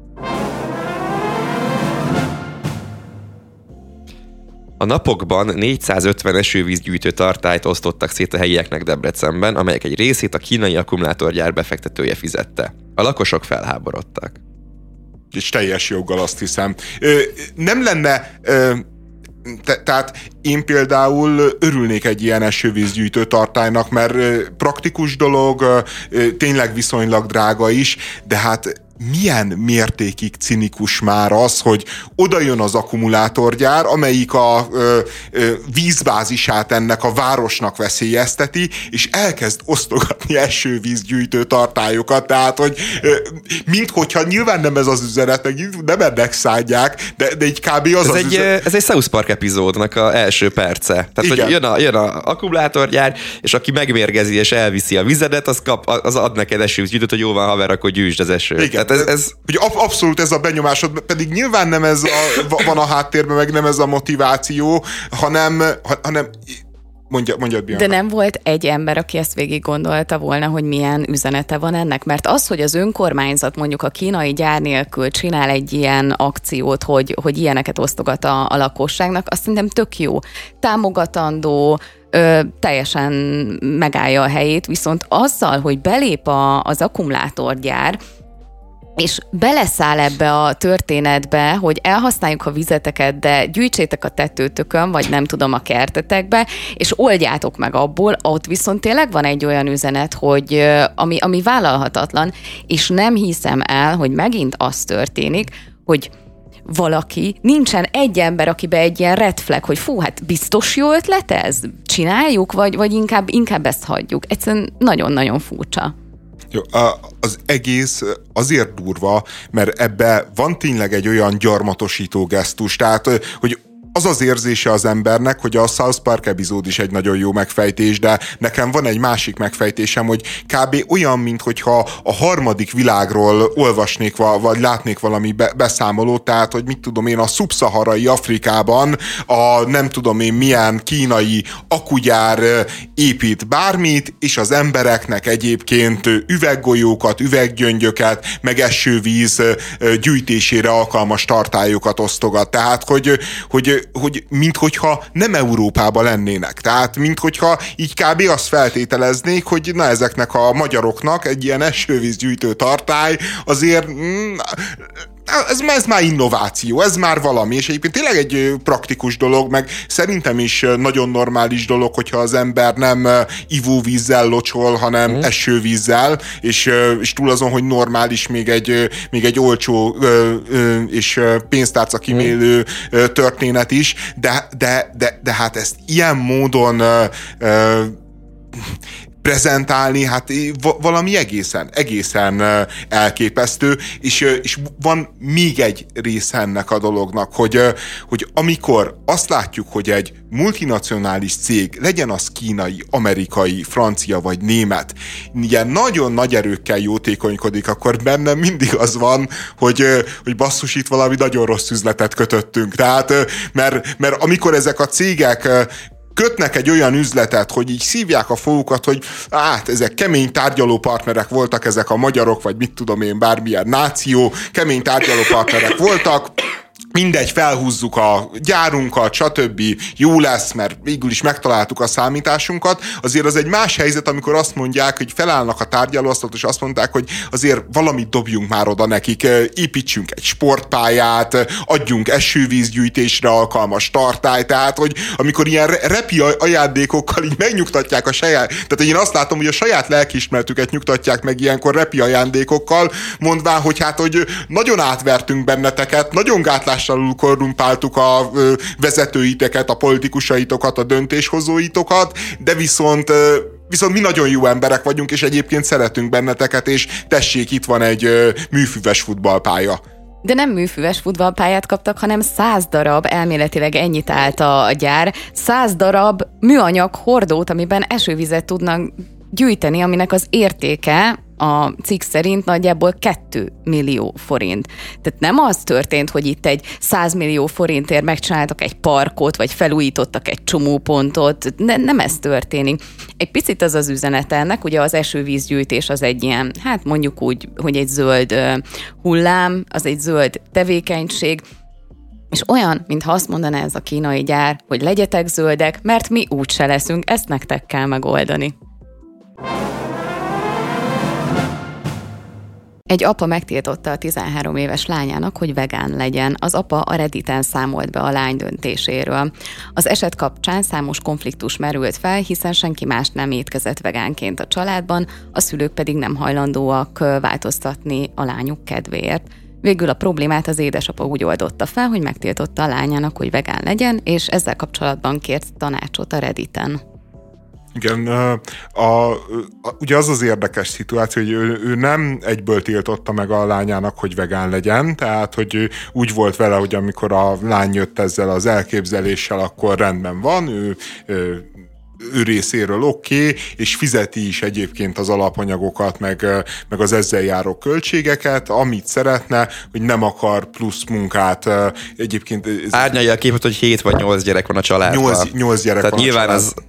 A napokban 450 esővízgyűjtő tartályt osztottak szét a helyieknek Debrecenben, amelyek egy részét a kínai akkumulátorgyár befektetője fizette. A lakosok felháborodtak. És teljes joggal azt hiszem. Nem lenne... Tehát én például örülnék egy ilyen esővízgyűjtő tartálynak, mert praktikus dolog, tényleg viszonylag drága is, de hát milyen mértékig cinikus már az, hogy oda jön az akkumulátorgyár, amelyik a vízbázisát ennek a városnak veszélyezteti, és elkezd osztogatni esővízgyűjtő tartályokat, tehát, hogy minthogyha nyilván nem ez az üzenet, nem ennek szánják, de így kb. Ez egy South Park epizódnak az első perce. Tehát, hogy jön a akkumulátorgyár, és aki megmérgezi és elviszi a vizedet, az ad neked esővízgyűjtőt, hogy jó van haver, akkor gyűjtsd az esőt. Igen. Hogy abszolút ez a benyomásod, pedig nyilván nem ez van a háttérben, meg nem ez a motiváció, hanem mondjad, Bianca. De nem volt egy ember, aki ezt végig gondolta volna, hogy milyen üzenete van ennek? Mert az, hogy az önkormányzat mondjuk a kínai gyár nélkül csinál egy ilyen akciót, hogy ilyeneket osztogat a lakosságnak, azt szerintem tök jó. Támogatandó, teljesen megállja a helyét, viszont azzal, hogy belép az akkumulátorgyár, és beleszáll ebbe a történetbe, hogy elhasználjuk a vizeteket, de gyűjtsétek a tetőtökön, vagy nem tudom, a kertetekbe, és oldjátok meg abból, ott viszont tényleg van egy olyan üzenet, hogy ami vállalhatatlan, és nem hiszem el, hogy megint az történik, hogy valaki, nincsen egy ember, akiben egy ilyen red flag, hogy fú, hát biztos jó ötlet ez? Csináljuk, vagy inkább ezt hagyjuk. Egyszerűen nagyon-nagyon furcsa. Jó, az egész azért durva, mert ebbe van tényleg egy olyan gyarmatosító gesztus, tehát, hogy az az érzése az embernek, hogy a South Park epizód is egy nagyon jó megfejtés, de nekem van egy másik megfejtésem, hogy kb. Olyan, minthogyha a harmadik világról olvasnék, vagy látnék valami beszámolót, tehát, hogy mit tudom én, a szubszaharai Afrikában a nem tudom én milyen kínai akugyár épít bármit, és az embereknek egyébként üveggolyókat, üveggyöngyöket, meg esővíz gyűjtésére alkalmas tartályokat osztogat. Tehát, hogy minthogyha nem Európában lennének. Tehát, minthogyha így kb. Azt feltételeznék, hogy na ezeknek a magyaroknak egy ilyen esővízgyűjtő tartály azért ez már innováció, ez már valami, és egyébként tényleg egy praktikus dolog, meg szerintem is nagyon normális dolog, hogyha az ember nem ivóvízzel locsol, hanem esővízzel, és túl azon, hogy normális még egy olcsó és pénztárca kimélő történet is, de hát ezt ilyen módon prezentálni, hát valami egészen elképesztő, és van még egy része ennek a dolognak, hogy amikor azt látjuk, hogy egy multinacionális cég, legyen az kínai, amerikai, francia vagy német, ilyen nagyon nagy erőkkel jótékonykodik, akkor bennem mindig az van, hogy basszus, itt valami nagyon rossz üzletet kötöttünk. Tehát, mert amikor ezek a cégek kötnek egy olyan üzletet, hogy így szívják a fogukat, hogy hát ezek kemény tárgyalópartnerek voltak, ezek a magyarok, vagy mit tudom én, bármilyen náció, kemény tárgyalópartnerek voltak, mindegy, felhúzzuk a gyárunkat, stb. Jó lesz, mert végül is megtaláltuk a számításunkat. Azért az egy más helyzet, amikor azt mondják, hogy felállnak a tárgyalóasztalt, és azt mondták, hogy azért valamit dobjunk már oda nekik, építsünk egy sportpályát, adjunk esővízgyűjtésre alkalmas tartályt, tehát, hogy amikor ilyen repi ajándékokkal így megnyugtatják a saját, tehát én azt látom, hogy a saját lelkiismeretüket nyugtatják meg ilyenkor repi ajándékokkal, mondván, hogy hát, hogy nagyon átvertünk benneteket, nagyon gátlás korrumpáltuk a vezetőiteket, a politikusaitokat, a döntéshozóitokat, de viszont mi nagyon jó emberek vagyunk, és egyébként szeretünk benneteket, és tessék, itt van egy műfüves futballpálya. De nem műfüves futballpályát kaptak, hanem 100 darab, elméletileg ennyit állt a gyár, 100 darab műanyag hordót, amiben esővizet tudnak gyűjteni, aminek az értéke a cikk szerint nagyjából 2 millió forint. Tehát nem az történt, hogy itt egy 100 millió forintért megcsináltak egy parkot, vagy felújítottak egy csomópontot. Nem ez történik. Egy picit az az üzenete ennek, ugye az esővízgyűjtés az egy ilyen, hát mondjuk úgy, hogy egy zöld hullám, az egy zöld tevékenység, és olyan, mintha azt mondaná ez a kínai gyár, hogy legyetek zöldek, mert mi úgyse leszünk, ezt nektek kell megoldani. Egy apa megtiltotta a 13 éves lányának, hogy vegán legyen. Az apa a Redditen számolt be a lány döntéséről. Az eset kapcsán számos konfliktus merült fel, hiszen senki más nem étkezett vegánként a családban, a szülők pedig nem hajlandóak változtatni a lányuk kedvéért. Végül a problémát az édesapa úgy oldotta fel, hogy megtiltotta a lányának, hogy vegán legyen, és ezzel kapcsolatban kért tanácsot a Redditen. Igen, ugye az az érdekes szituáció, hogy ő nem egyből tiltotta meg a lányának, hogy vegán legyen, tehát, hogy úgy volt vele, hogy amikor a lány jött ezzel az elképzeléssel, akkor rendben van, ő részéről oké, és fizeti is egyébként az alapanyagokat, meg az ezzel járó költségeket, amit szeretne, hogy nem akar plusz munkát. Egyébként... Árnyalja a képet, hogy 7 vagy 8 gyerek van a családban. 8 gyerek tehát van nyilván a család. az...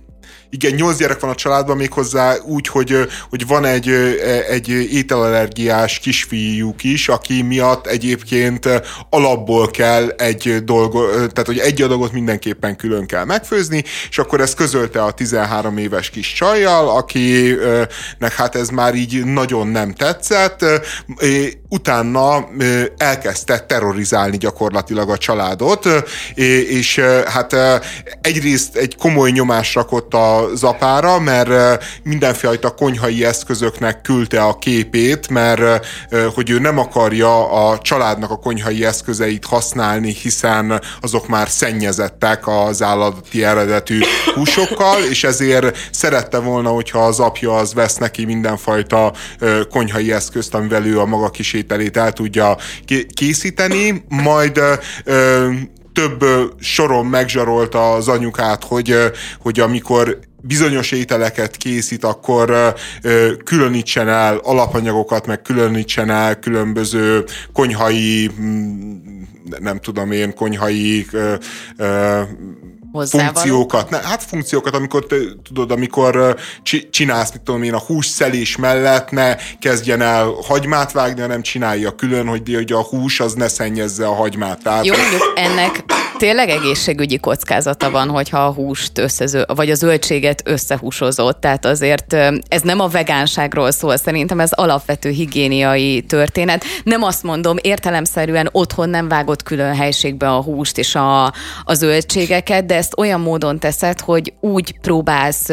Igen, 8 gyerek van a családban, méghozzá úgy, hogy van egy ételallergiás kisfiújuk is, aki miatt egyébként alapból kell tehát hogy egy adagot mindenképpen külön kell megfőzni, és akkor ezt közölte a 13 éves kis csajjal, akinek hát ez már így nagyon nem tetszett. Utána elkezdte terrorizálni gyakorlatilag a családot, és hát egyrészt egy komoly nyomás rakott az apára, mert mindenfajta konyhai eszközöknek küldte a képét, mert hogy ő nem akarja a családnak a konyhai eszközeit használni, hiszen azok már szennyezettek az állati eredetű húsokkal, és ezért szerette volna, hogyha az apja az vesz neki mindenfajta konyhai eszközt, amivel ő a maga kis ételét el tudja készíteni, majd több soron megzsarolta az anyukát, hogy amikor bizonyos ételeket készít, akkor különítsen el alapanyagokat, meg különítsen el különböző konyhai, nem tudom én, konyhai funkciókat. Funkciókat, amikor tudod, amikor csinálsz, mit tudom én, a hússzelés mellett ne kezdjen el hagymát vágni, hanem csinálja külön, hogy a hús az ne szennyezze a hagymát. Tehát, jó, mondjuk ennek tényleg egészségügyi kockázata van, hogyha a húst vagy a zöldséget összehúsozott. Tehát azért ez nem a vegánságról szól, szerintem ez alapvető higiéniai történet. Nem azt mondom, értelemszerűen otthon nem vágott külön helységbe a húst és a zöldségeket, de ezt olyan módon teszed, hogy úgy próbálsz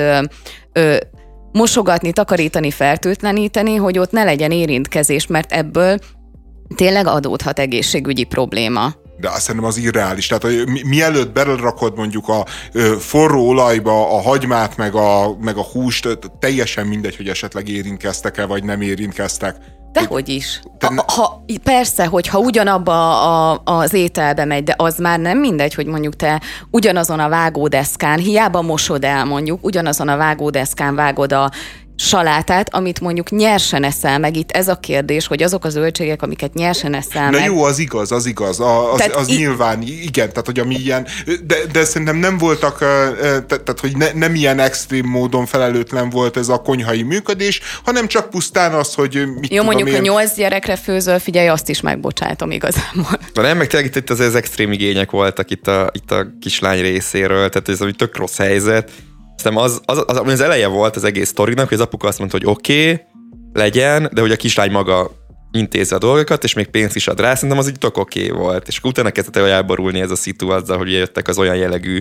mosogatni, takarítani, fertőtleníteni, hogy ott ne legyen érintkezés, mert ebből tényleg adódhat egészségügyi probléma. De azt szerintem az irreális. Tehát mielőtt belerakod mondjuk a forró olajba a hagymát, meg a húst, teljesen mindegy, hogy esetleg érintkeztek-e, vagy nem érintkeztek. Dehogy is. Persze, hogyha ugyanabba az ételbe megy, de az már nem mindegy, hogy mondjuk te ugyanazon a vágódeszkán, hiába mosod el mondjuk, ugyanazon a vágódeszkán vágod a salátát, amit mondjuk nyersen eszel meg. Itt ez a kérdés, hogy azok a zöldségek, amiket nyersen eszel meg. Na jó, az igaz. Az nyilván, igen, tehát hogy ami ilyen, de szerintem nem voltak, tehát hogy nem ilyen extrém módon felelőtlen volt ez a konyhai működés, hanem csak pusztán az, hogy mit jó, mondjuk, ha 8 gyerekre főzöl, figyelj, azt is megbocsátom igazából. De nem, meg tényleg itt az extrém igények voltak itt a kislány részéről, tehát ez ami tök rossz helyzet. Szerintem az eleje volt az egész sztorinak, hogy az apuka azt mondta, hogy oké, legyen, de hogy a kislány maga intézze a dolgokat, és még pénzt is ad rá, szerintem az így tök oké volt. És utána kezdett el elborulni ez a szitu azzal, hogy jöttek az olyan jellegű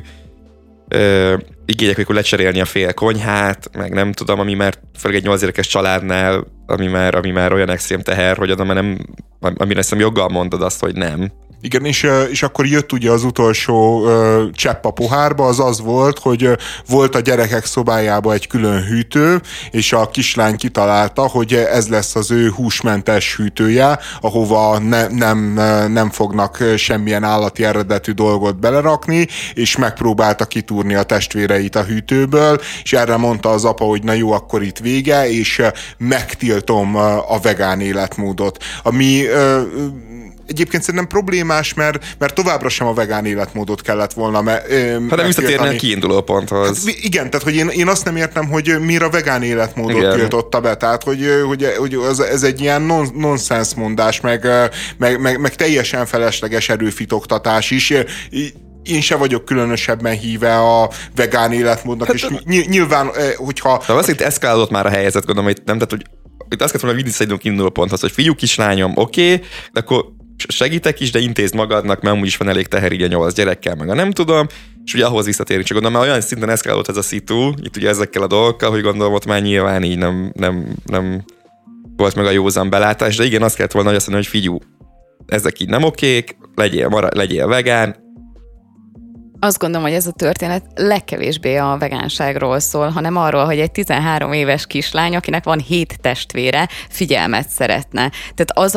igények, hogy lecserélni a fél konyhát, meg nem tudom, ami már főleg egy 8 gyerekes családnál, ami már olyan extrém teher, hogy oda már nem, amire hiszem joggal mondod azt, hogy nem. Igen, és akkor jött ugye az utolsó csepp a pohárba, az volt, hogy volt a gyerekek szobájában egy külön hűtő, és a kislány kitalálta, hogy ez lesz az ő húsmentes hűtője, ahova nem fognak semmilyen állati eredetű dolgot belerakni, és megpróbálta kitúrni a testvéreit a hűtőből, és erre mondta az apa, hogy na jó, akkor itt vége, és megtiltom a vegán életmódot. Ami egyébként szerintem problémás, mert továbbra sem a vegán életmódot kellett volna hanem visszatérni a kiinduló ponthoz. Hát, igen, tehát hogy én azt nem értem, hogy miért a vegán életmódot tiltotta be, tehát hogy ez egy ilyen nonsens mondás, meg teljesen felesleges erőfitoktatás is. Én se vagyok különösebben híve a vegán életmódnak, és nyilván, hogyha... De az itt eszkálódott már a helyzet, gondolom, hogy nem, tehát, hogy itt azt kellett volna vinni induló ponthoz, hogy fiú, kislányom, oké, de akkor segítek is, de intézd magadnak, mert amúgy is van elég teher így a 8 gyerekkel, meg a nem tudom, és ugye ahhoz visszatérni, csak gondolom, mert olyan szinten eszkálódott ez a szitu, itt ugye ezekkel a dolgokkal, hogy gondolom, ott már nyilván így nem volt meg a józan belátás, de igen, azt kellett volna, hogy azt mondani, hogy figyú, ezek így nem okék, legyél vegán. Azt gondolom, hogy ez a történet legkevésbmi a vegánságról szól, hanem arról, hogy egy 13 éves kislány, akinek van 7 testvére, figyelmet szeretne. Tehát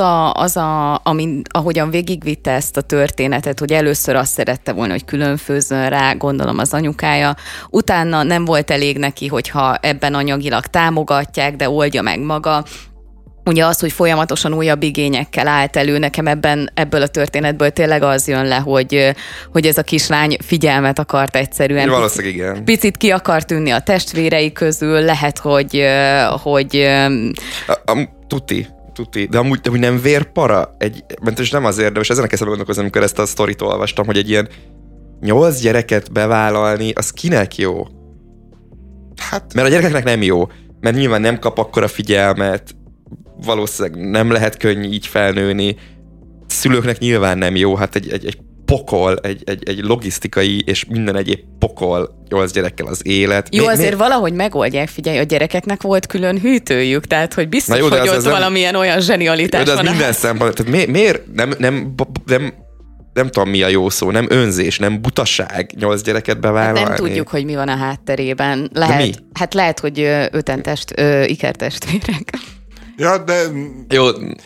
ahogyan végigvitte ezt a történetet, hogy először azt szerette volna, hogy külön főzzön rá, gondolom az anyukája, utána nem volt elég neki, hogyha ebben anyagilag támogatják, de oldja meg maga. ugye az, hogy folyamatosan újabb igényekkel állt elő, nekem ebből a történetből tényleg az jön le, hogy ez a kislány figyelmet akart egyszerűen. Valószínűleg igen. Picit ki akart tűnni a testvérei közül, lehet, hogy Tuti. De amúgy nem vérpara? És nem azért, de most ezen kezdtem gondolkozni, amikor ezt a sztorit olvastam, hogy egy ilyen 8 gyereket bevállalni, az kinek jó? Hát... Mert a gyerekeknek nem jó, mert nyilván nem kap akkora figyelmet, valószínűleg nem lehet könnyű így felnőni, szülőknek nyilván nem jó, hát egy pokol, egy logisztikai és minden egyéb pokol 8 gyerekkel az élet. Jó, azért valahogy megoldják, figyelj, a gyerekeknek volt külön hűtőjük, tehát hogy biztos, jó, hogy ott valamilyen olyan zsenialitás van. De ez minden szempontból, tehát miért nem tudom mi a jó szó, nem önzés, nem butaság 8 gyereket bevállalni. Hát nem tudjuk, hogy mi van a hátterében. Lehet, hogy ikertestvérek. Ja, de... Jó,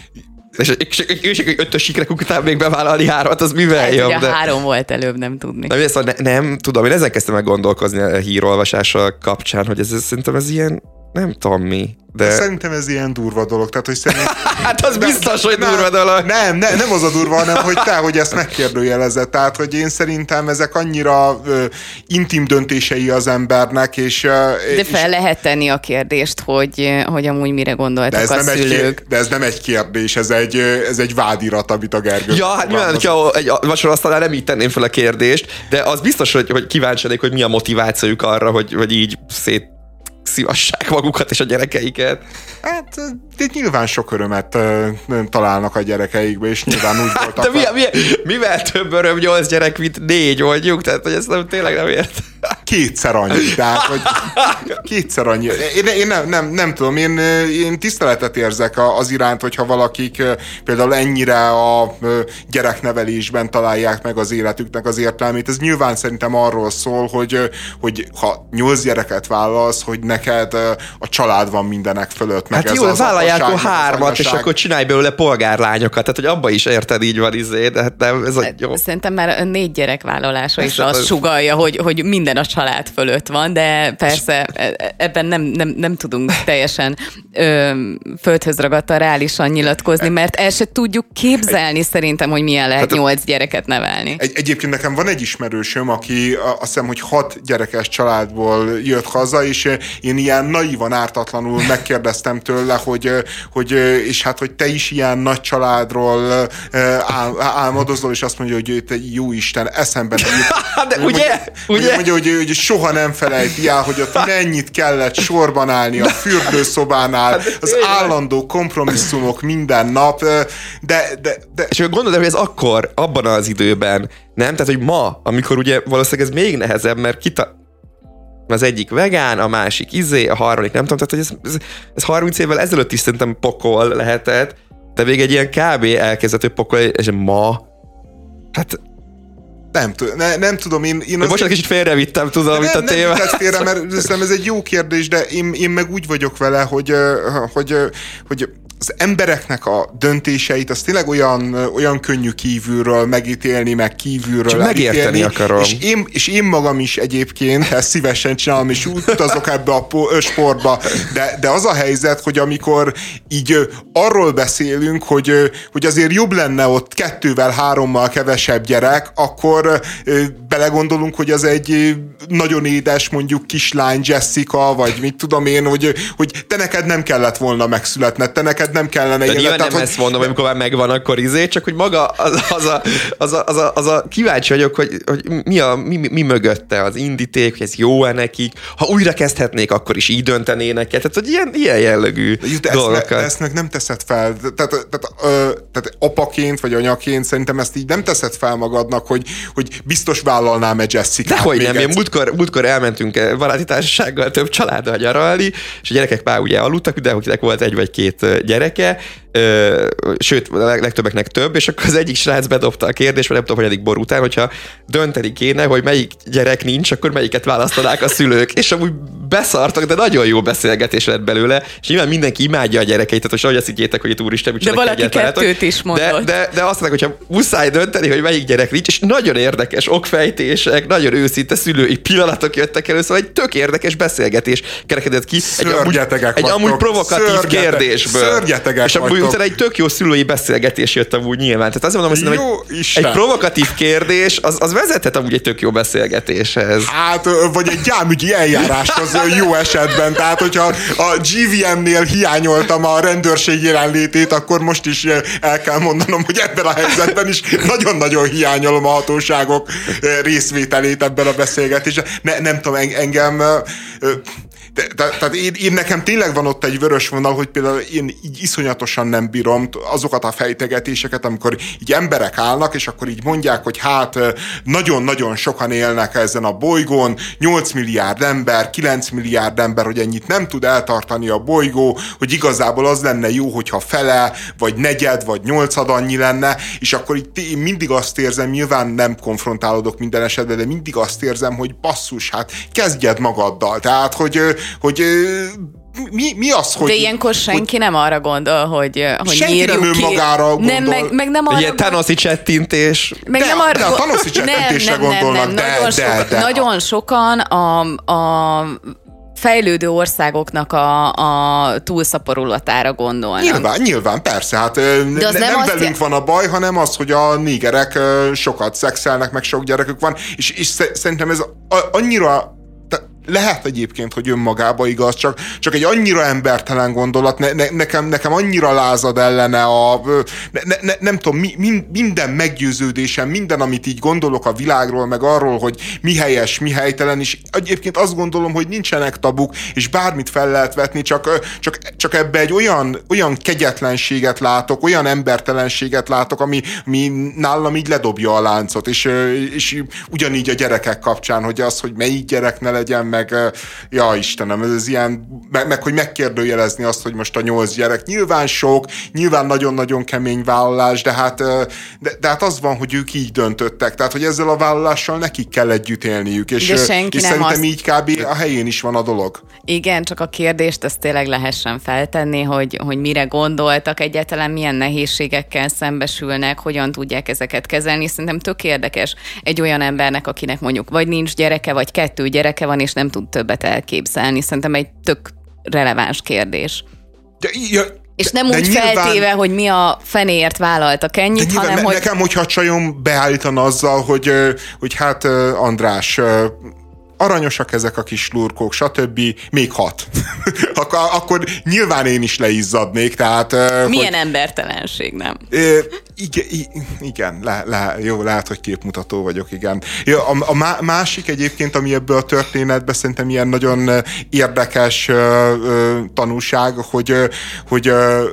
és egy 5-ös sikrekuk után még bevállalni 3-at, az mivel jön? Ugye 3 volt előbb, nem tudni. Nem tudom, én ezen kezdtem meg gondolkozni a hírolvasással kapcsán, hogy szerintem ez ilyen, nem tudom mi. De... Szerintem ez ilyen durva dolog. Tehát, hogy hát az biztos, hogy durva dolog. Nem az a durva, hanem hogy ezt megkérdőjelezett. Tehát, hogy én szerintem ezek annyira intim döntései az embernek, de fel lehet tenni a kérdést, hogy amúgy mire gondoltak a szülők. De ez nem egy kérdés, ez egy vádirat, amit a Gergő... Ja, hát nyilván, hogyha egy vasoraasztalnál nem így tenném fel a kérdést, de az biztos, hogy kíváncsi lennék, hogy mi a motivációjuk arra, hogy így szívassák magukat és a gyerekeiket. Hát, de nyilván sok örömet találnak a gyerekeikbe, és nyilván úgy voltak. De mivel több öröm 8 gyerek, mint 4 mondjuk? Tehát, hogy ezt tényleg nem ért. Kétszer annyi. Tehát, hogy kétszer annyi. Én nem tudom, én tiszteletet érzek az iránt, hogyha valakik például ennyire a gyereknevelésben találják meg az életüknek az értelmét. Ez nyilván szerintem arról szól, hogy ha 8 gyereket vállalsz, hogy neked a család van mindenek fölött. Meg hát jó, vállalják akkor 3-at, és akkor csinálj belőle polgárlányokat. Tehát, hogy abba is érted, így van de hát nem, ez a jó. Szerintem már 4 gyerek vállalása is azt sugallja, hogy minden a család fölött van, de persze ebben nem tudunk teljesen földhöz ragadtan reálisan nyilatkozni, mert el se tudjuk képzelni szerintem, hogy milyen lehet 8 gyereket nevelni. Egyébként nekem van egy ismerősöm, aki azt hiszem, hogy 6 gyerekes családból jött haza, és én ilyen naívan, ártatlanul megkérdeztem tőle, hogy te is ilyen nagy családról álmodozol, és azt mondja, hogy te jó Isten, eszemben de ugye? Mondja, hogy soha nem felejti el, hogy ott mennyit kellett sorban állni a fürdőszobánál, az állandó kompromisszumok minden nap, de... És gondolod, hogy ez akkor, abban az időben, nem? Tehát, hogy ma, amikor ugye valószínűleg ez még nehezebb, mert az egyik vegán, a másik a harmadik nem tudom, tehát hogy ez 30 évvel ezelőtt is szerintem pokol lehetett, de még egy ilyen kb. Elkezdető pokol, és ma, hát... Nem tudom, én most kicsit félrevittem, tudom, amit a témát. Nem félre, mert szerintem ez egy jó kérdés, de én meg úgy vagyok vele, hogy az embereknek a döntéseit, az tényleg olyan könnyű kívülről megítélni, meg kívülről csak megérteni akarom. És én magam is egyébként ezt szívesen csinálom, és utazok ebbe a sportba, de az a helyzet, hogy amikor így arról beszélünk, hogy azért jobb lenne ott 2-3 kevesebb gyerek, akkor belegondolunk, hogy az egy nagyon édes, mondjuk kislány Jessica, vagy mit tudom én, hogy te neked nem kellett volna megszületned, te neked nem kellene ilyen. Nyilván nem ezt mondom, amikor már megvan, akkor csak hogy maga az a kíváncsi vagyok, hogy mi mögötte az indíték, hogy ez jó-e nekik, ha újra kezdhetnék, akkor is így döntenének, tehát hogy ilyen jellegű dolgokat. Ezt meg nem teszed fel, tehát apaként vagy anyaként szerintem ezt így nem teszed fel magadnak, hogy biztos vállalnám-e Jessica-t. Dehogy nem, én múltkor elmentünk baráti társasággal több családdal nyaralni, és a gyerekek már ugye aludtak, de akinek volt 1 vagy 2 gyereke, sőt, a legtöbbeknek több, és akkor az egyik srác bedobta a kérdést, mert nem tudom, hogy eddig bor után, hogyha dönteni kéne, hogy melyik gyerek nincs, akkor melyiket választanák a szülők, és amúgy beszartak, de nagyon jó beszélgetés lett belőle, és nyilván mindenki imádja a gyerekeit, tehát most ahogy azt higgyétek, hogy itt úristen, de valaki 2 is mondott. De azt mondják, hogyha muszáj dönteni, hogy melyik gyerek nincs, és nagyon érdekes okfejtés megfejtések, nagyon őszinte szülői pillanatok jöttek elő, szóval egy tök érdekes beszélgetés kerekedett ki egy amúgy provokatív kérdésből. Szörnyetegek és amúgy utána egy tök jó szülői beszélgetés jött amúgy nyilván. Tehát azt mondom, hogy egy provokatív kérdés, az vezethet amúgy egy tök jó beszélgetéshez. Hát, vagy egy gyámügyi eljáráshoz jó esetben. Tehát, hogyha a GVM-nél hiányoltam a rendőrség jelenlétét, akkor most is el kell mondanom, hogy ebben a helyzetben is nagyon-nagyon hiányolom a hatóságok részvételét ebben a beszélgetésben. Nem tudom, engem... Tehát én nekem tényleg van ott egy vörös vonal, hogy például én így iszonyatosan nem bírom azokat a fejtegetéseket, amikor így emberek állnak, és akkor így mondják, hogy hát nagyon-nagyon sokan élnek ezen a bolygón, 8 milliárd ember, 9 milliárd ember, hogy ennyit nem tud eltartani a bolygó, hogy igazából az lenne jó, hogyha fele, vagy negyed, vagy nyolcad annyi lenne, és akkor itt én mindig azt érzem, nyilván nem konfrontálódok minden esetben, de mindig azt érzem, hogy basszus, hát kezdjed magaddal. Tehát, hogy mi az, hogy... De ilyenkor senki nem arra gondol, hogy senki nem önmagára gondol. Nem, meg nem arra ilyen Thanoszi csettintés. Meg nem arra de a Thanoszi csettintésre gondolnak, de... Nagyon sokan a fejlődő országoknak a túlszaporulatára gondolnak. Nyilván, persze. Hát nem velünk van a baj, hanem az, hogy a négerek sokat szexelnek, meg sok gyerekük van, és szerintem ez annyira... Lehet egyébként, hogy önmagába igaz, csak egy annyira embertelen gondolat, nekem annyira lázad ellene nem tudom, minden meggyőződésem, minden, amit így gondolok a világról, meg arról, hogy mi helyes, mi helytelen, és egyébként azt gondolom, hogy nincsenek tabuk, és bármit fel lehet vetni, csak ebbe egy olyan kegyetlenséget látok, olyan embertelenséget látok, ami nálam így ledobja a láncot, és ugyanígy a gyerekek kapcsán, hogy az, hogy melyik gyerek ne legyen, meg ja Istenem, ez ilyen, meg hogy megkérdőjelezni azt, hogy most a 8 gyerek nyilván sok, nyilván nagyon-nagyon kemény vállalás, de hát az van, hogy ők így döntöttek, tehát hogy ezzel a vállalással nekik kell együtt élniük, és szerintem így kb. A helyén is van a dolog. Igen, csak a kérdést azt tényleg lehessen feltenni, hogy mire gondoltak, egyáltalán milyen nehézségekkel szembesülnek, hogyan tudják ezeket kezelni. Szerintem tök érdekes egy olyan embernek, akinek mondjuk vagy nincs gyereke, vagy 2 gyereke van, és nem tud többet elképzelni. Szerintem egy tök releváns kérdés. És nem úgy nyilván, feltéve, hogy mi a fenéért vállaltak ennyit, hanem hogy... Nekem, hogyha a csajom beállítan azzal, hogy hát András, aranyosak ezek a kis lurkók, stb. Még 6. Akkor nyilván én is leizzadnék, tehát... Milyen embertelenség, nem? Igen, jó, lehet, hogy képmutató vagyok, igen. Jó, a másik egyébként, ami ebből a történetben szerintem ilyen nagyon érdekes tanúság, hogy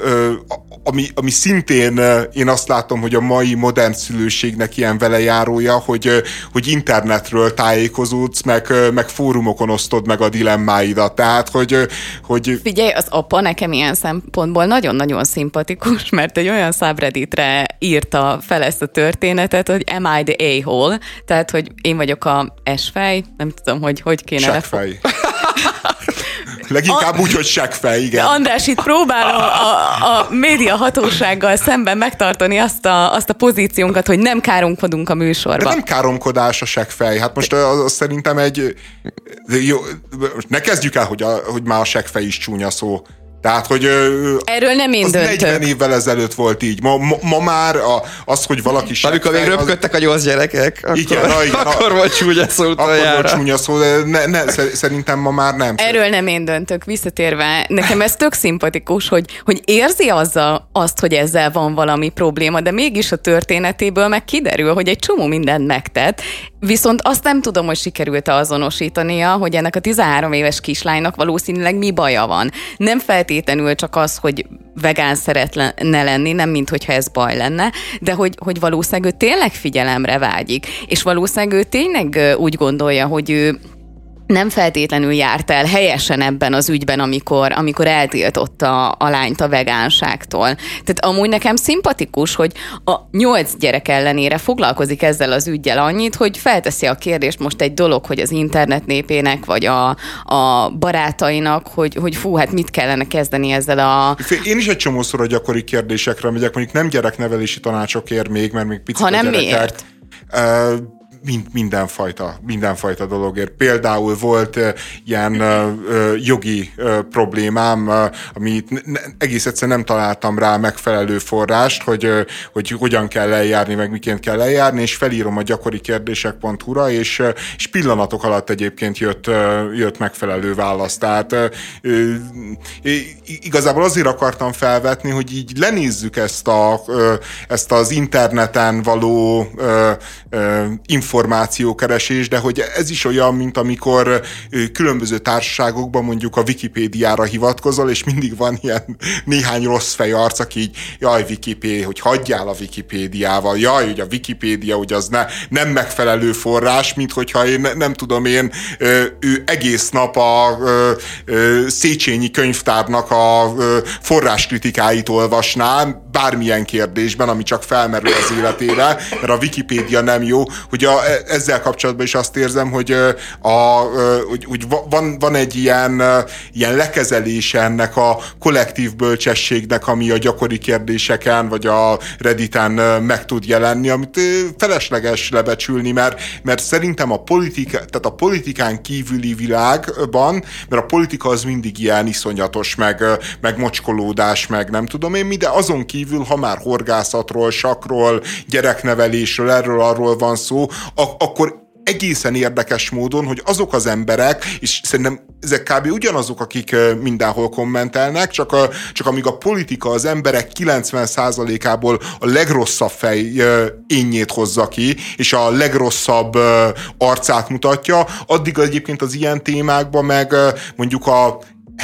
ami szintén én azt látom, hogy a mai modern szülőségnek ilyen velejárója, hogy internetről tájékozódsz, meg fórumokon osztod meg a dilemmáidat. Tehát, hogy... Figyelj, az apa nekem ilyen szempontból nagyon-nagyon szimpatikus, mert egy olyan subredditre írta fel ezt a történetet, hogy am I the a-hole? Tehát, hogy én vagyok a S-fej, nem tudom, hogy kéne Seggfej. Leginkább úgy, hogy seggfej, igen. András, itt próbálom a média hatósággal szemben megtartani azt a pozíciónkat, hogy nem káromkodunk a műsorba. De nem káromkodás a seggfej. Hát most az szerintem jó, ne kezdjük el, hogy már a seggfej is csúnya szó. Tehát, hogy erről nem én döntök. 40 évvel ezelőtt volt így. Ma már az, hogy valaki seggfej... Amikor még röpködtek a 8 gyerekek, akkor volt csúnya szó utoljára. Akkor volt csúnya szó, de szerintem ma már nem. Erről nem én döntök. Visszatérve, nekem ez tök szimpatikus, hogy érzi azt, hogy ezzel van valami probléma, de mégis a történetéből meg kiderül, hogy egy csomó mindent megtett, viszont azt nem tudom, hogy sikerült-e azonosítania, hogy ennek a 13 éves kislánynak valószínűleg mi baja van. Nem feltétlenül csak az, hogy vegán szeretne lenni, nem minthogyha ez baj lenne, de hogy valószínűleg ő tényleg figyelemre vágyik, és valószínűleg ő tényleg úgy gondolja, hogy ő nem feltétlenül járt el helyesen ebben az ügyben, amikor eltiltotta a lányt a vegánságtól. Tehát amúgy nekem szimpatikus, hogy a 8 gyerek ellenére foglalkozik ezzel az üggyel annyit, hogy felteszi a kérdést, most egy dolog, hogy az internet népének, vagy a barátainak, hogy fú, hát mit kellene kezdeni ezzel a... Én is egy csomószor a gyakori kérdésekre megyek, mondjuk nem gyereknevelési tanácsokért még, mert még picit a gyerekek. Miért? mindenfajta dologért. Például volt ilyen jogi problémám, amit egész egyszerűen nem találtam rá megfelelő forrást, hogy hogyan kell eljárni, meg miként kell eljárni, és felírom a gyakorikérdések.hu-ra, és pillanatok alatt egyébként jött megfelelő válasz. Tehát igazából azért akartam felvetni, hogy így lenézzük ezt az interneten való információkeresést, de hogy ez is olyan, mint amikor különböző társaságokban mondjuk a Wikipédiára hivatkozol, és mindig van ilyen néhány rossz fejarc, aki így, jaj, Wikipédia, hogy hagyjál a Wikipédiával, jaj, hogy a Wikipédia, hogy az nem megfelelő forrás, mint hogyha én nem tudom én, ő egész nap a Széchenyi könyvtárnak a forráskritikáit olvasná, bármilyen kérdésben, ami csak felmerül az életére, mert a Wikipédia nem jó. Hogy ezzel kapcsolatban is azt érzem, hogy van egy ilyen lekezelése ennek a kollektív bölcsességnek, ami a gyakori kérdéseken, vagy a Redditen meg tud jelenni, amit felesleges lebecsülni, mert szerintem a politikán kívüli világban, mert a politika az mindig ilyen iszonyatos, meg mocskolódás, meg nem tudom én mi, de azon kívül, ha már horgászatról, sakról, gyereknevelésről, arról van szó, akkor egészen érdekes módon, hogy azok az emberek, és szerintem ezek kb. Ugyanazok, akik mindenhol kommentelnek, csak amíg a politika az emberek 90%-ából a legrosszabb fej énjét hozza ki, és a legrosszabb arcát mutatja, addig egyébként az ilyen témákban meg mondjuk a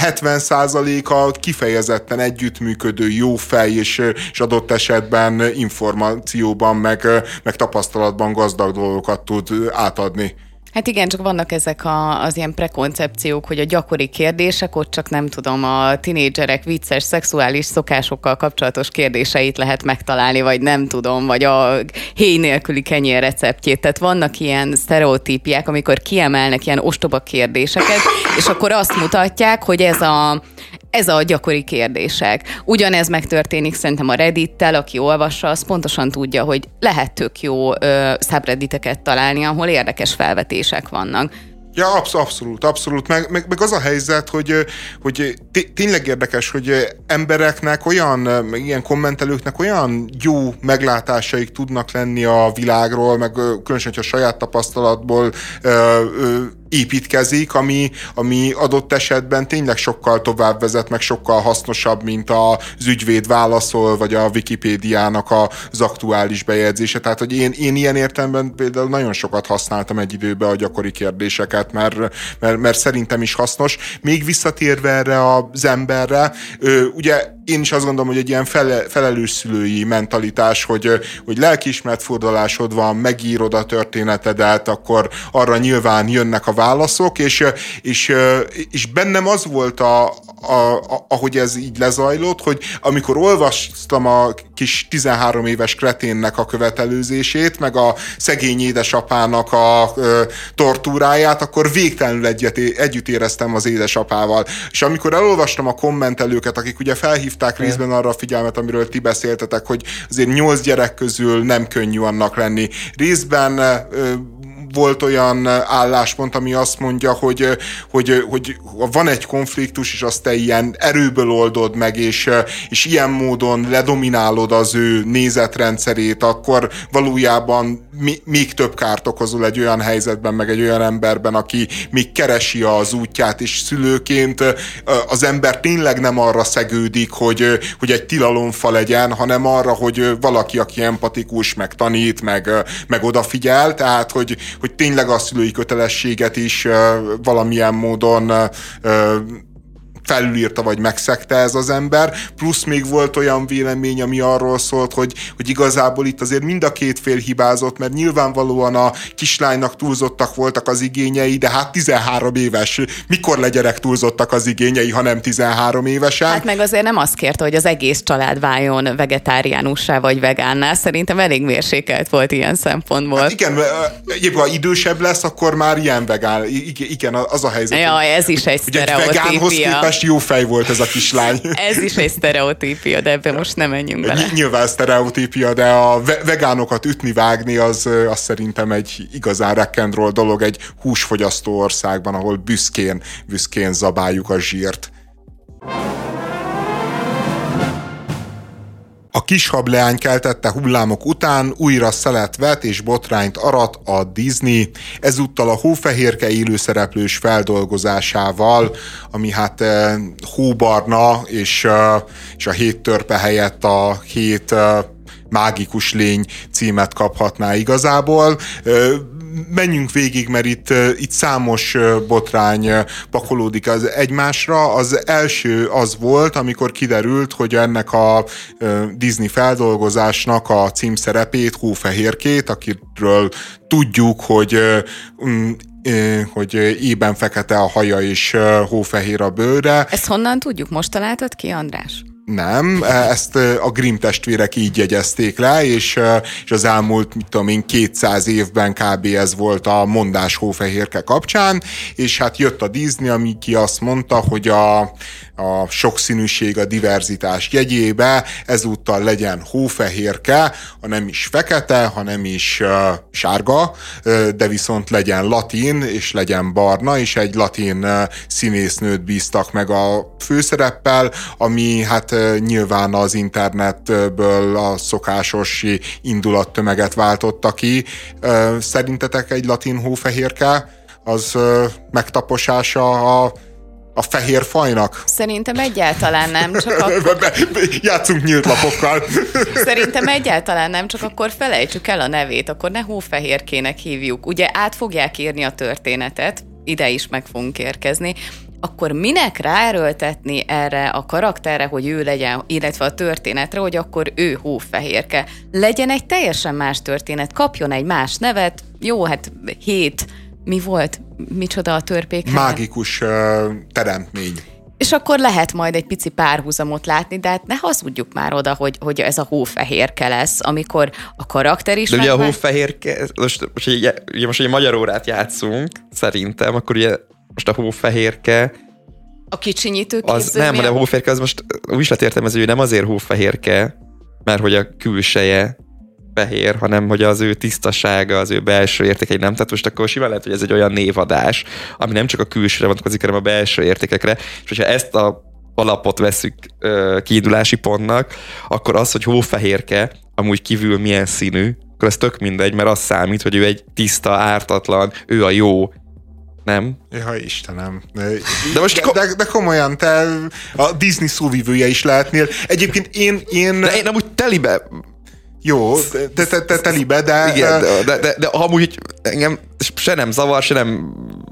70%-a kifejezetten együttműködő, jó fej, és adott esetben információban, meg tapasztalatban gazdag dolgokat tud átadni. Hát igen, csak vannak ezek az ilyen prekoncepciók, hogy a gyakori kérdések, ott csak nem tudom, a tinédzserek vicces, szexuális szokásokkal kapcsolatos kérdéseit lehet megtalálni, vagy nem tudom, vagy a héj nélküli kenyér receptjét. Tehát vannak ilyen sztereotípiák, amikor kiemelnek ilyen ostoba kérdéseket, és akkor azt mutatják, hogy ez a gyakori kérdések. Ugyanez megtörténik szerintem a Reddittel, aki olvassa, az pontosan tudja, hogy lehet tök jó subredditeket találni, ahol érdekes felvetések vannak. Ja, abszolút. Meg az a helyzet, hogy tényleg érdekes, hogy embereknek ilyen kommentelőknek olyan jó meglátásaik tudnak lenni a világról, meg különösen, hogy a saját tapasztalatból építkezik, ami adott esetben tényleg sokkal tovább vezet, meg sokkal hasznosabb, mint az ügyvéd válaszol, vagy a Wikipédiának az aktuális bejegyzése. Tehát, hogy én ilyen értelemben például nagyon sokat használtam egy időben a gyakori kérdéseket, mert szerintem is hasznos. Még visszatérve erre az emberre, ugye én is azt gondolom, hogy egy ilyen felelős szülői mentalitás, hogy lelkiismeretfordulásod van, megírod a történetedet, akkor arra nyilván jönnek a válaszok, és bennem az volt, ahogy ez így lezajlott, hogy amikor olvastam a kis 13 éves kreténnek a követelőzését, meg a szegény édesapának a tortúráját, akkor végtelenül együtt éreztem az édesapával. És amikor elolvastam a kommentelőket, akik ugye felhívták részben arra a figyelmet, amiről ti beszéltetek, hogy azért 8 gyerek közül nem könnyű annak lenni. Részben volt olyan álláspont, ami azt mondja, hogy van egy konfliktus, és azt te ilyen erőből oldod meg, és ilyen módon ledominálod az ő nézetrendszerét, akkor valójában még több kárt okozol egy olyan helyzetben, meg egy olyan emberben, aki még keresi az útját, és szülőként az ember tényleg nem arra szegődik, hogy egy tilalomfa legyen, hanem arra, hogy valaki, aki empatikus, meg tanít, meg odafigyel, tehát, hogy tényleg a szülői kötelességet is valamilyen módon felülírta, vagy megszegte ez az ember, plusz még volt olyan vélemény, ami arról szólt, hogy igazából itt azért mind a két fél hibázott, mert nyilvánvalóan a kislánynak túlzottak voltak az igényei, de hát 13 éves, mikor legyerek túlzottak az igényei, ha nem 13 évesen? Hát meg azért nem azt kérte, hogy az egész család váljon vegetáriánussá vagy vegánná, szerintem elég mérsékelt volt ilyen szempontból. Hát igen, egyébként ha idősebb lesz, akkor már ilyen vegán, igen, az a helyzet. Ja, ez is egy sztereotípia. képest jó fej volt ez a kislány. Ez is egy sztereotípia, de ebbe most nem menjünk bele. Nyilván sztereotípia, de a vegánokat ütni-vágni az szerintem egy igazán rock and roll dolog egy húsfogyasztó országban, ahol büszkén zabáljuk a zsírt. A kishab leány keltette hullámok után újra szelet vet és botrányt arat a Disney, ezúttal a hófehérke élőszereplős feldolgozásával, ami hát hóbarna, és a 7 törpe helyett a 7 mágikus lény címet kaphatná igazából. Menjünk végig, mert itt számos botrány pakolódik az egymásra. Az első az volt, amikor kiderült, hogy ennek a Disney feldolgozásnak a címszerepét, Hófehérkét, akiről tudjuk, hogy ében fekete a haja és hófehér a bőre. Ezt honnan tudjuk? Most találtad ki, András? Nem, ezt a Grimm testvérek így jegyezték le, és az elmúlt, 200 évben kb. Ez volt a mondás hófehérke kapcsán, és hát jött a Disney, ami ki azt mondta, hogy a sokszínűség, a diverzitás jegyébe ezúttal legyen hófehérke, ha nem is fekete, ha nem is sárga, de viszont legyen latin, és legyen barna, és egy latin színésznőt bíztak meg a főszereppel, ami hát nyilván az internetből a szokásos indulattömeget váltotta ki. Szerintetek egy latin hófehérke az megtaposása a fehér fajnak? Szerintem egyáltalán nem, csak akkor... Játszunk nyílt lapokkal. Szerintem egyáltalán nem, csak akkor felejtsük el a nevét, akkor ne hófehérkének hívjuk. Ugye át fogják írni a történetet, ide is meg fogunk érkezni, akkor minek ráerőltetni erre a karakterre, hogy ő legyen, illetve a történetre, hogy akkor ő hófehérke. Legyen egy teljesen más történet, kapjon egy más nevet, jó, hát 7, mi volt? Micsoda a törpék? Mágikus teremtmény. És akkor lehet majd egy pici párhuzamot látni, de hát ne hazudjuk már oda, hogy ez a hófehérke lesz, amikor a karakter is... De ugye a hófehérke, most egy magyar órát játszunk, szerintem, akkor ugye most a hófehérke... A kicsinyítő képző? Nem, de a hófehérke az most úgy is lehet értelmezni, hogy nem azért hófehérke, mert hogy a külseje fehér, hanem hogy az ő tisztasága, az ő belső értékei nem. Tehát most akkor simán lehet, hogy ez egy olyan névadás, ami nem csak a külsőre vonatkozik, hanem a belső értékekre. És hogyha ezt a alapot veszük kiindulási pontnak, akkor az, hogy hófehérke amúgy kívül milyen színű, akkor ez tök mindegy, mert az számít, hogy ő egy tiszta, ártatlan, ő a jó. Nem? Jaj, Istenem. De komolyan, te a Disney szóvivője is lehetnél. Egyébként én... De én amúgy telibe... Jó, te telibe, de... Igen, de amúgy engem se nem zavar, se nem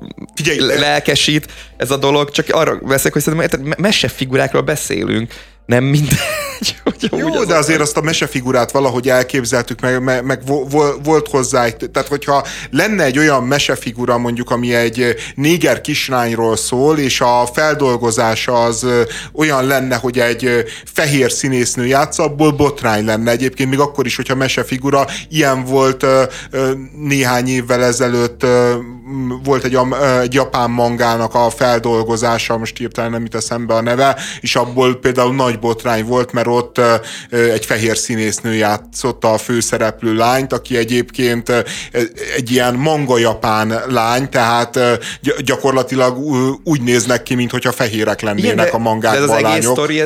lelkesít ez a dolog, csak arra veszek, hogy szerintem mesefigurákról beszélünk, nem mindegy. Jó, de azért azt a mesefigurát valahogy elképzeltük, meg volt hozzá tehát hogyha lenne egy olyan mesefigura mondjuk, ami egy néger kislányról szól, és a feldolgozása az olyan lenne, hogy egy fehér színésznő játsza, abból botrány lenne egyébként, még akkor is, hogyha mesefigura. Ilyen volt néhány évvel ezelőtt, volt egy japán mangának a feldolgozása, most hirtelen nem jut eszembe a neve, és abból például nagy botrány volt, mert ott egy fehér színésznő játszotta a főszereplő lányt, aki egyébként egy ilyen manga japán lány, tehát gyakorlatilag úgy néznek ki, mintha fehérek lennének a mangákban a lányok. De ez az egész sztori,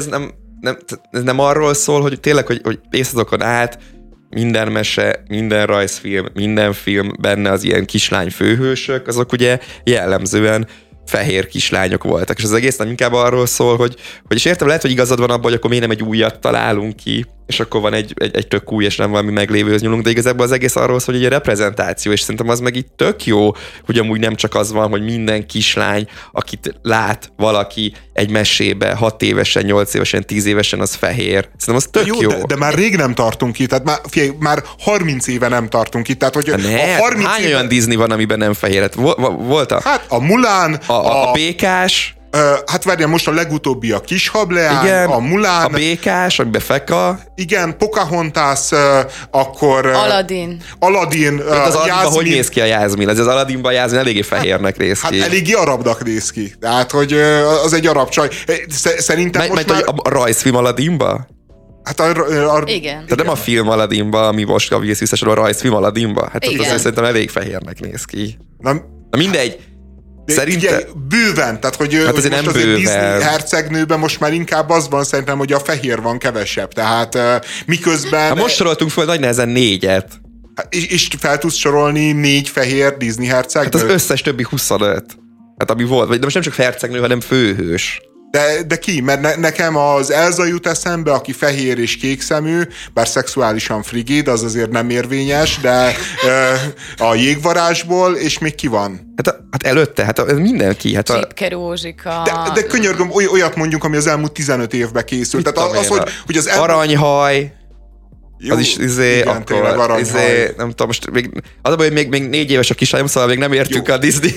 ez nem arról szól, hogy tényleg, hogy évszázadokon át minden mese, minden rajzfilm, minden film, benne az ilyen kislány főhősök, azok ugye jellemzően fehér kislányok voltak, és az egész nem inkább arról szól, hogy és értem, lehet, hogy igazad van abban, hogy akkor miért nem egy újat találunk ki, és akkor van egy tök új, és nem valami meglévőhöz nyúlunk, de igazából az egész arról szól, hogy egy reprezentáció, és szerintem az meg itt tök jó, hogy amúgy nem csak az van, hogy minden kislány, akit lát valaki egy mesébe, 6 évesen, 8 évesen, 10 évesen, az fehér. Szerintem az tök jó. De már rég nem tartunk itt, tehát már 30 éve nem tartunk itt. Tehát, hogy hány olyan Disney van, amiben nem fehér? Volt Hát a Mulan, a Békás, Hát várjál, most a legutóbbi a Kishableány, igen, a Mulán. A Békás, amiben Feka. Igen, Pocahontas, akkor... Aladdin, az Aladdinban hogy néz ki a Jászmin? Az Aladdinban a Jászmin eléggé fehérnek néz ki. Hát eléggé arabnak néz ki. Tehát, hogy az egy arab csaj. Szerintem most már... A rajzfilm Aladdinba? Hát igen. Tehát nem a film Aladdinba, ami most a vízviszesről, a rajzfilm Aladdinba? Hát az szerintem elég fehérnek néz ki. Na mindegy. Szerintem... Ugye, bőven, tehát hogy, hát hogy most az egy Disney hercegnőben most már inkább az van szerintem, hogy a fehér van kevesebb, tehát miközben... Hát most soroltunk föl nagy nehezen 4-et. És fel tudsz sorolni 4 fehér Disney hercegnőt? Hát az összes többi 25. Hát ami volt, de most nem csak hercegnő, hanem főhős. De ki? Mert nekem az Elza jut eszembe, aki fehér és kékszemű, bár szexuálisan frigid, az azért nem érvényes, de a Jégvarázsból, és még ki van? Hát előtte, hát ez mindenki. Hát Csipke Rózsika. De könyörgöm, olyat mondjuk, ami az elmúlt 15 évben készült. Tehát az, hogy az Aranyhaj. Jó, az is igen, akkor, tényleg aranyhaj. nem tudom, most még, az a baj, hogy még 4 éves a kislányom, szóval még nem értünk a Disney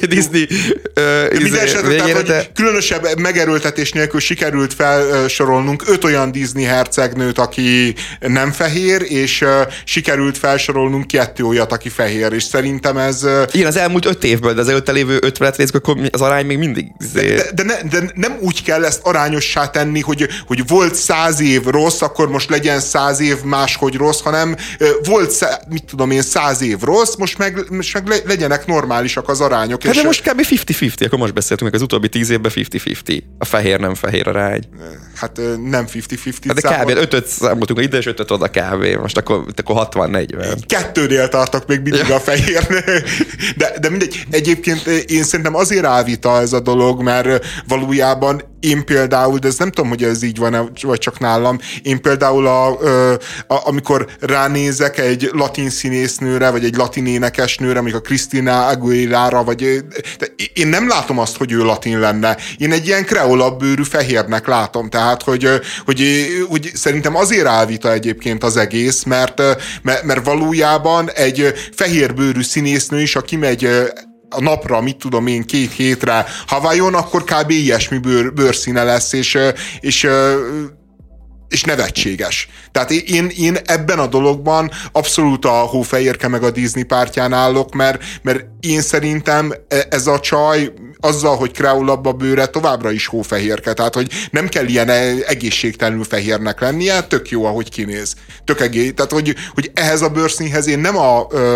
végére, hogy különösebb megerőltetés nélkül sikerült felsorolnunk 5 olyan Disney hercegnőt, aki nem fehér, és sikerült felsorolnunk 2 olyat, aki fehér, és szerintem ez... Igen, az elmúlt 5 évből, de az előtte lévő 50-et nézzük, akkor az arány még mindig... De nem úgy kell ezt arányossá tenni, hogy volt 100 év rossz, akkor most legyen 100 év máshogy rossz, hanem volt, mit tudom én, 100 év rossz, most meg legyenek normálisak az arányok. Hát de most kb. 50-50, akkor most beszéltünk meg az utóbbi 10 évben 50-50. A fehér nem fehér arány. Hát nem 50-50. Hát de kb. 5-öt számoltunk ide, és 5-öt oda kb. Most akkor 60-40. 2-nél tartok még mindig a fehér. De mindegy. Egyébként én szerintem azért állvita ez a dolog, mert valójában én például, de ez nem tudom, hogy ez így van, vagy csak nálam, én például amikor ránézek egy latin színésznőre, vagy egy latin énekesnőre, mondjuk a Christina Aguilera, vagy én nem látom azt, hogy ő latin lenne. Én egy ilyen kreolabb bőrű fehérnek látom. Tehát, hogy szerintem azért állvita egyébként az egész, mert valójában egy fehérbőrű színésznő is, aki megy a napra, mit tudom én, 2 hétre Hawaiion, akkor kb. Ilyesmi bőrszíne lesz, és nevetséges. Tehát én ebben a dologban abszolút a hófehérke meg a Disney pártján állok, mert én szerintem ez a csaj azzal, hogy kreolabb a bőre, továbbra is hófehérke. Tehát, hogy nem kell ilyen egészségtelenül fehérnek lennie, tök jó, ahogy kinéz. Tök egész. Tehát, hogy ehhez a bőrszínhez én nem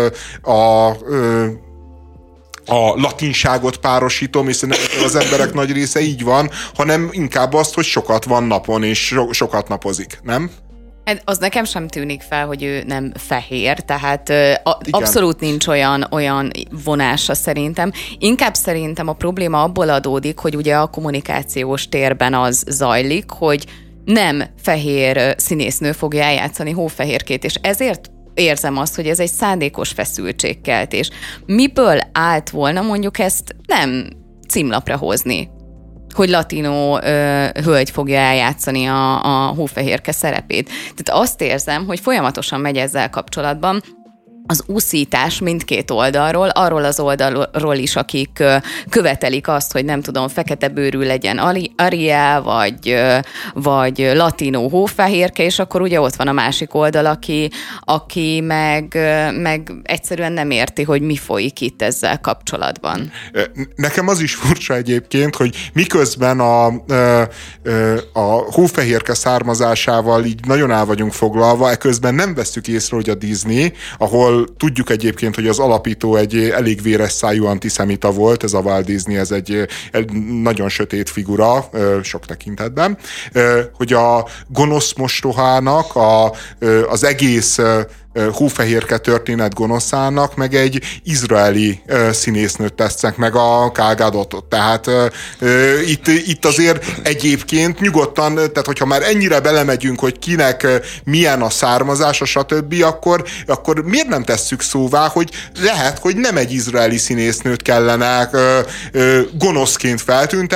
a latinságot párosítom, és az emberek nagy része így van, hanem inkább azt, hogy sokat van napon, és sokat napozik, nem? Az nekem sem tűnik fel, hogy ő nem fehér, tehát abszolút nincs olyan vonása szerintem. Inkább szerintem a probléma abból adódik, hogy ugye a kommunikációs térben az zajlik, hogy nem fehér színésznő fogja eljátszani hófehérkét, és ezért érzem azt, hogy ez egy szándékos feszültségkeltés. Miből állt volna mondjuk ezt nem címlapra hozni, hogy latino hölgy fogja eljátszani a hófehérke szerepét. Tehát azt érzem, hogy folyamatosan megy ezzel kapcsolatban az úszítás mindkét oldalról, arról az oldalról is, akik követelik azt, hogy nem tudom, fekete bőrű legyen Ariel, vagy latino hófehérke, és akkor ugye ott van a másik oldal, aki meg egyszerűen nem érti, hogy mi folyik itt ezzel kapcsolatban. Nekem az is furcsa egyébként, hogy miközben a hófehérke származásával így nagyon el vagyunk foglalva, eközben nem vesszük észre, hogy a Disney, ahol tudjuk egyébként, hogy az alapító egy elég véres szájú antiszemita volt, ez a Walt Disney, ez egy nagyon sötét figura sok tekintetben, hogy a gonosz mostohának az egész hófehérke történet gonoszának, meg egy izraeli színésznőt tesznek meg, a Gal Gadotot. Tehát itt azért egyébként nyugodtan, tehát hogyha már ennyire belemegyünk, hogy kinek milyen a származása, stb., akkor miért nem tesszük szóvá, hogy lehet, hogy nem egy izraeli színésznőt kellene gonoszként feltüntetni,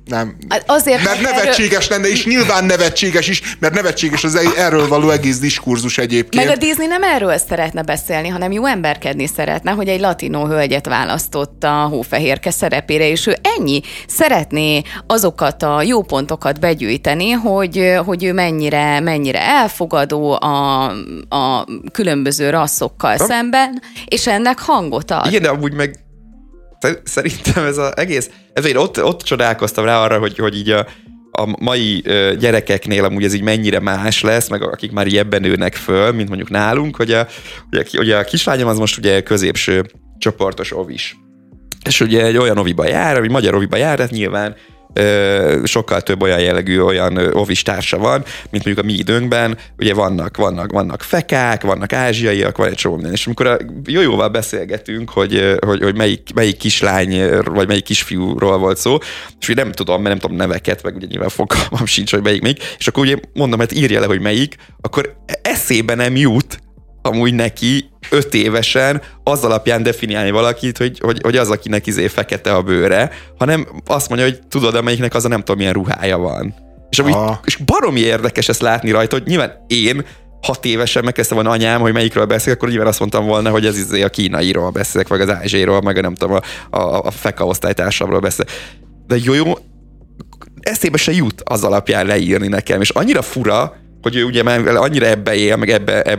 Azért, mert nevetséges lenne, és nyilván nevetséges is, mert nevetséges az erről való egész diskurzus egyébként. Meg a Disney nem erről szeretne beszélni, hanem jó emberkedni szeretne, hogy egy latinó hölgyet választott a Hófehérke szerepére, és ő ennyi. Szeretné azokat a jó pontokat begyűjteni, hogy ő mennyire elfogadó a különböző rasszokkal szemben, és ennek hangot ad. Igen, de amúgy meg szerintem ez az egész, ezért ott csodálkoztam rá arra, hogy így a mai gyerekeknél amúgy ez így mennyire más lesz, meg akik már így ebben nőnek föl, mint mondjuk nálunk, hogy a kislányom az most ugye középső csoportos ovis. És ugye egy olyan oviba jár, ami magyar oviba jár, tehát nyilván sokkal több olyan jellegű olyan ovis társa van, mint mondjuk a mi időnkben, ugye vannak fekák, vannak ázsiaiak, van egy csomó minden. És amikor a Jójóval beszélgetünk, hogy melyik kislány, vagy melyik kisfiúról volt szó, és ugye nem tudom neveket, meg ugye nyilván fogalmam sincs, hogy melyik, és akkor ugye mondom, hát írja le, hogy melyik, akkor eszébe nem jut amúgy neki 5 évesen az alapján definiálni valakit, hogy az, akinek fekete a bőre, hanem azt mondja, hogy tudod, amelyiknek az a nem tudom milyen ruhája van. És baromi érdekes ezt látni rajta, hogy nyilván én 6 évesen megkezdtem volna anyám, hogy melyikről beszélek, akkor nyilván azt mondtam volna, hogy ez a kínairól beszélek, vagy az ázsiairól, meg nem tudom, a feka osztálytársamról beszélek. De jó, eszébe se jut az alapján leírni nekem, és annyira fura, hogy ő ugye már annyira ebbe él, meg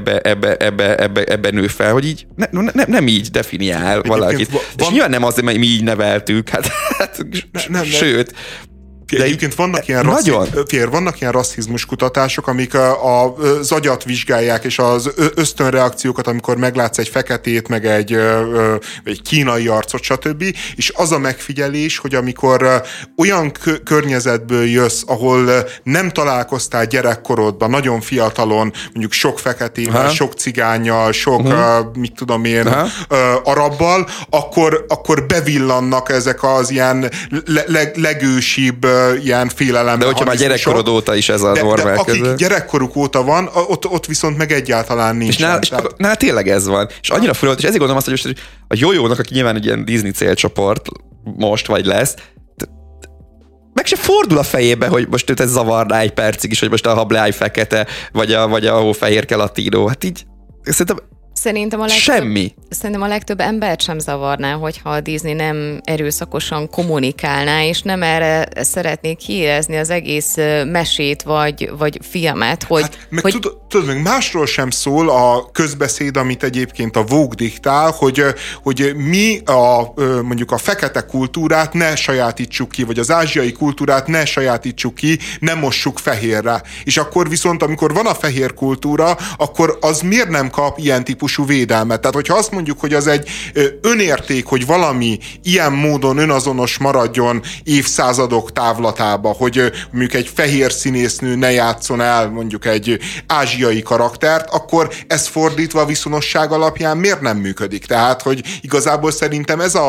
ebbe nő fel, hogy így nem így definiál valakit. És nyilván nem azért, mert mi így neveltük, sőt. De egyébként vannak ilyen rasszizmus kutatások, amik az agyat vizsgálják, és az ösztönreakciókat, amikor meglátsz egy feketét, meg egy kínai arcot, stb. És az a megfigyelés, hogy amikor olyan környezetből jössz, ahol nem találkoztál gyerekkorodban, nagyon fiatalon, mondjuk sok feketével, sok cigánnyal, sok, mit tudom én, arabbal, akkor bevillannak ezek az ilyen legősibb ilyen félelem. De hogyha már gyerekkorod óta is ez a normál. De akik gyerekkoruk óta van, ott viszont meg egyáltalán nincs. És tényleg ez van. És annyira fura volt, és ezért gondolom azt, hogy a Jójónak, aki nyilván egy ilyen Disney célcsoport most vagy lesz, meg se fordul a fejébe, hogy most őt ez zavarná egy percig is, hogy most a Hableáj fekete, vagy a Hófehérke latino. Hát így Szerintem a legtöbb embert sem zavarná, hogyha a Disney nem erőszakosan kommunikálná, és nem erre szeretnék kiérezni az egész mesét, vagy filmet, hogy... Tudod, meg másról sem szól a közbeszéd, amit egyébként a Vogue diktál, hogy mi mondjuk a fekete kultúrát ne sajátítsuk ki, vagy az ázsiai kultúrát ne sajátítsuk ki, ne mossuk fehérre. És akkor viszont, amikor van a fehér kultúra, akkor az miért nem kap ilyen típusú védelmet? Tehát, hogyha azt mondjuk, hogy az egy önérték, hogy valami ilyen módon önazonos maradjon évszázadok távlatába, hogy mondjuk egy fehér színésznő ne játszon el mondjuk egy ázsiai karaktert, akkor ez fordítva a viszonosság alapján miért nem működik? Tehát, hogy igazából szerintem ez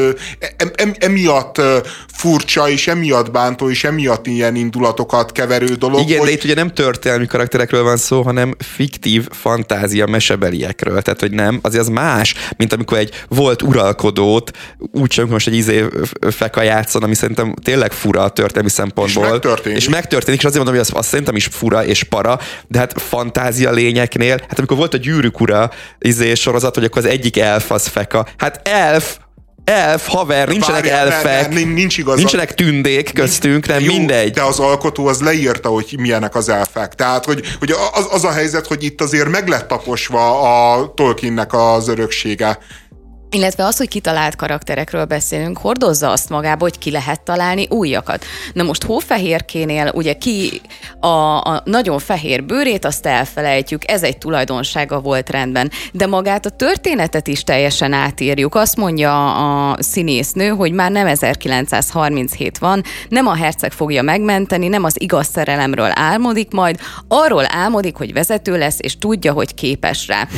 emiatt furcsa, és emiatt bántó, és emiatt ilyen indulatokat keverő dolog. Igen, de itt ugye nem történelmi karakterekről van szó, hanem fiktív fantázia mesebeliekről. Tehát, hogy nem, azért az más, mint amikor egy volt uralkodót úgy sem, most egy feka játszon, ami szerintem tényleg fura a történelmi szempontból. És megtörténik, és azért mondom, hogy az szerintem is fura és para, de hát fantázia lényeknél, hát amikor volt a Gyűrűk ura sorozat, hogy akkor az egyik elf az feka. Hát elf, haver, nincsenek elfek, nincsenek tündék köztünk, nem, mindegy. De az alkotó az leírta, hogy milyenek az elfek. Tehát, hogy az a helyzet, hogy itt azért meg lett taposva a Tolkiennek az öröksége. Illetve az, hogy kitalált karakterekről beszélünk, hordozza azt magába, hogy ki lehet találni újakat. Na most Hófehérkénél ugye ki a nagyon fehér bőrét, azt elfelejtjük, ez egy tulajdonsága volt, rendben. De magát a történetet is teljesen átírjuk. Azt mondja a színésznő, hogy már nem 1937 van, nem a herceg fogja megmenteni, nem az igaz szerelemről álmodik majd, arról álmodik, hogy vezető lesz, és tudja, hogy képes rá.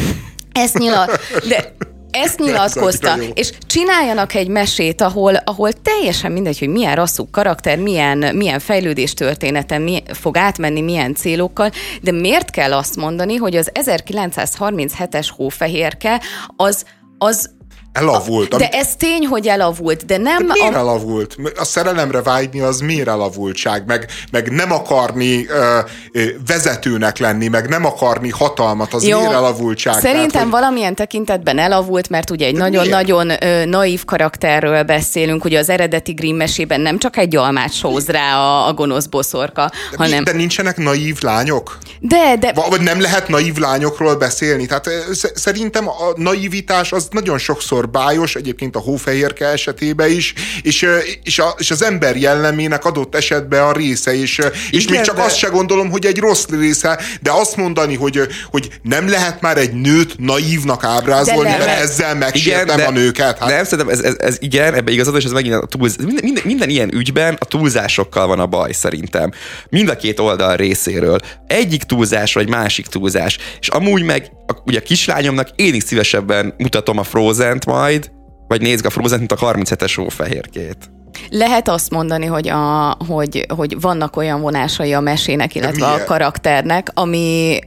Ezt nyilatkozta, és csináljanak egy mesét, ahol teljesen mindegy, hogy milyen rasszú karakter, milyen fejlődés történeten fog átmenni, milyen célokkal, de miért kell azt mondani, hogy az 1937-es Hófehérke az Elavult. De ez tény, hogy elavult, de nem... De miért elavult? A szerelemre vágyni az miért elavultság? Meg nem akarni vezetőnek lenni, meg nem akarni hatalmat, az miért elavultság? Szerintem tehát, valamilyen tekintetben elavult, mert ugye egy nagyon-nagyon naív karakterről beszélünk, ugye az eredeti Grimm mesében nem csak egy almát sóz rá a gonosz boszorka, hanem... De nincsenek naív lányok? De... Vagy nem lehet naív lányokról beszélni? Tehát szerintem a naivitás az nagyon sokszor bájos, egyébként a hófehérke esetében is, és az ember jellemének adott esetben a része, és még csak azt se gondolom, hogy egy rossz része, de azt mondani, hogy nem lehet már egy nőt naívnak ábrázolni, mert ezzel megsértem a nőket. Hát. Nem, szerintem ez igen, ebben igazad, és ez megint a minden ilyen ügyben a túlzásokkal van a baj szerintem. Mind a két oldal részéről. Egyik túlzás, vagy másik túlzás. És amúgy meg ugye a kislányomnak én is szívesebben mutatom a Frozent majd, vagy nézd a Frozent, mint a 37-es hófehérkét. Lehet azt mondani, hogy vannak olyan vonásai a mesének, illetve a karakternek, ami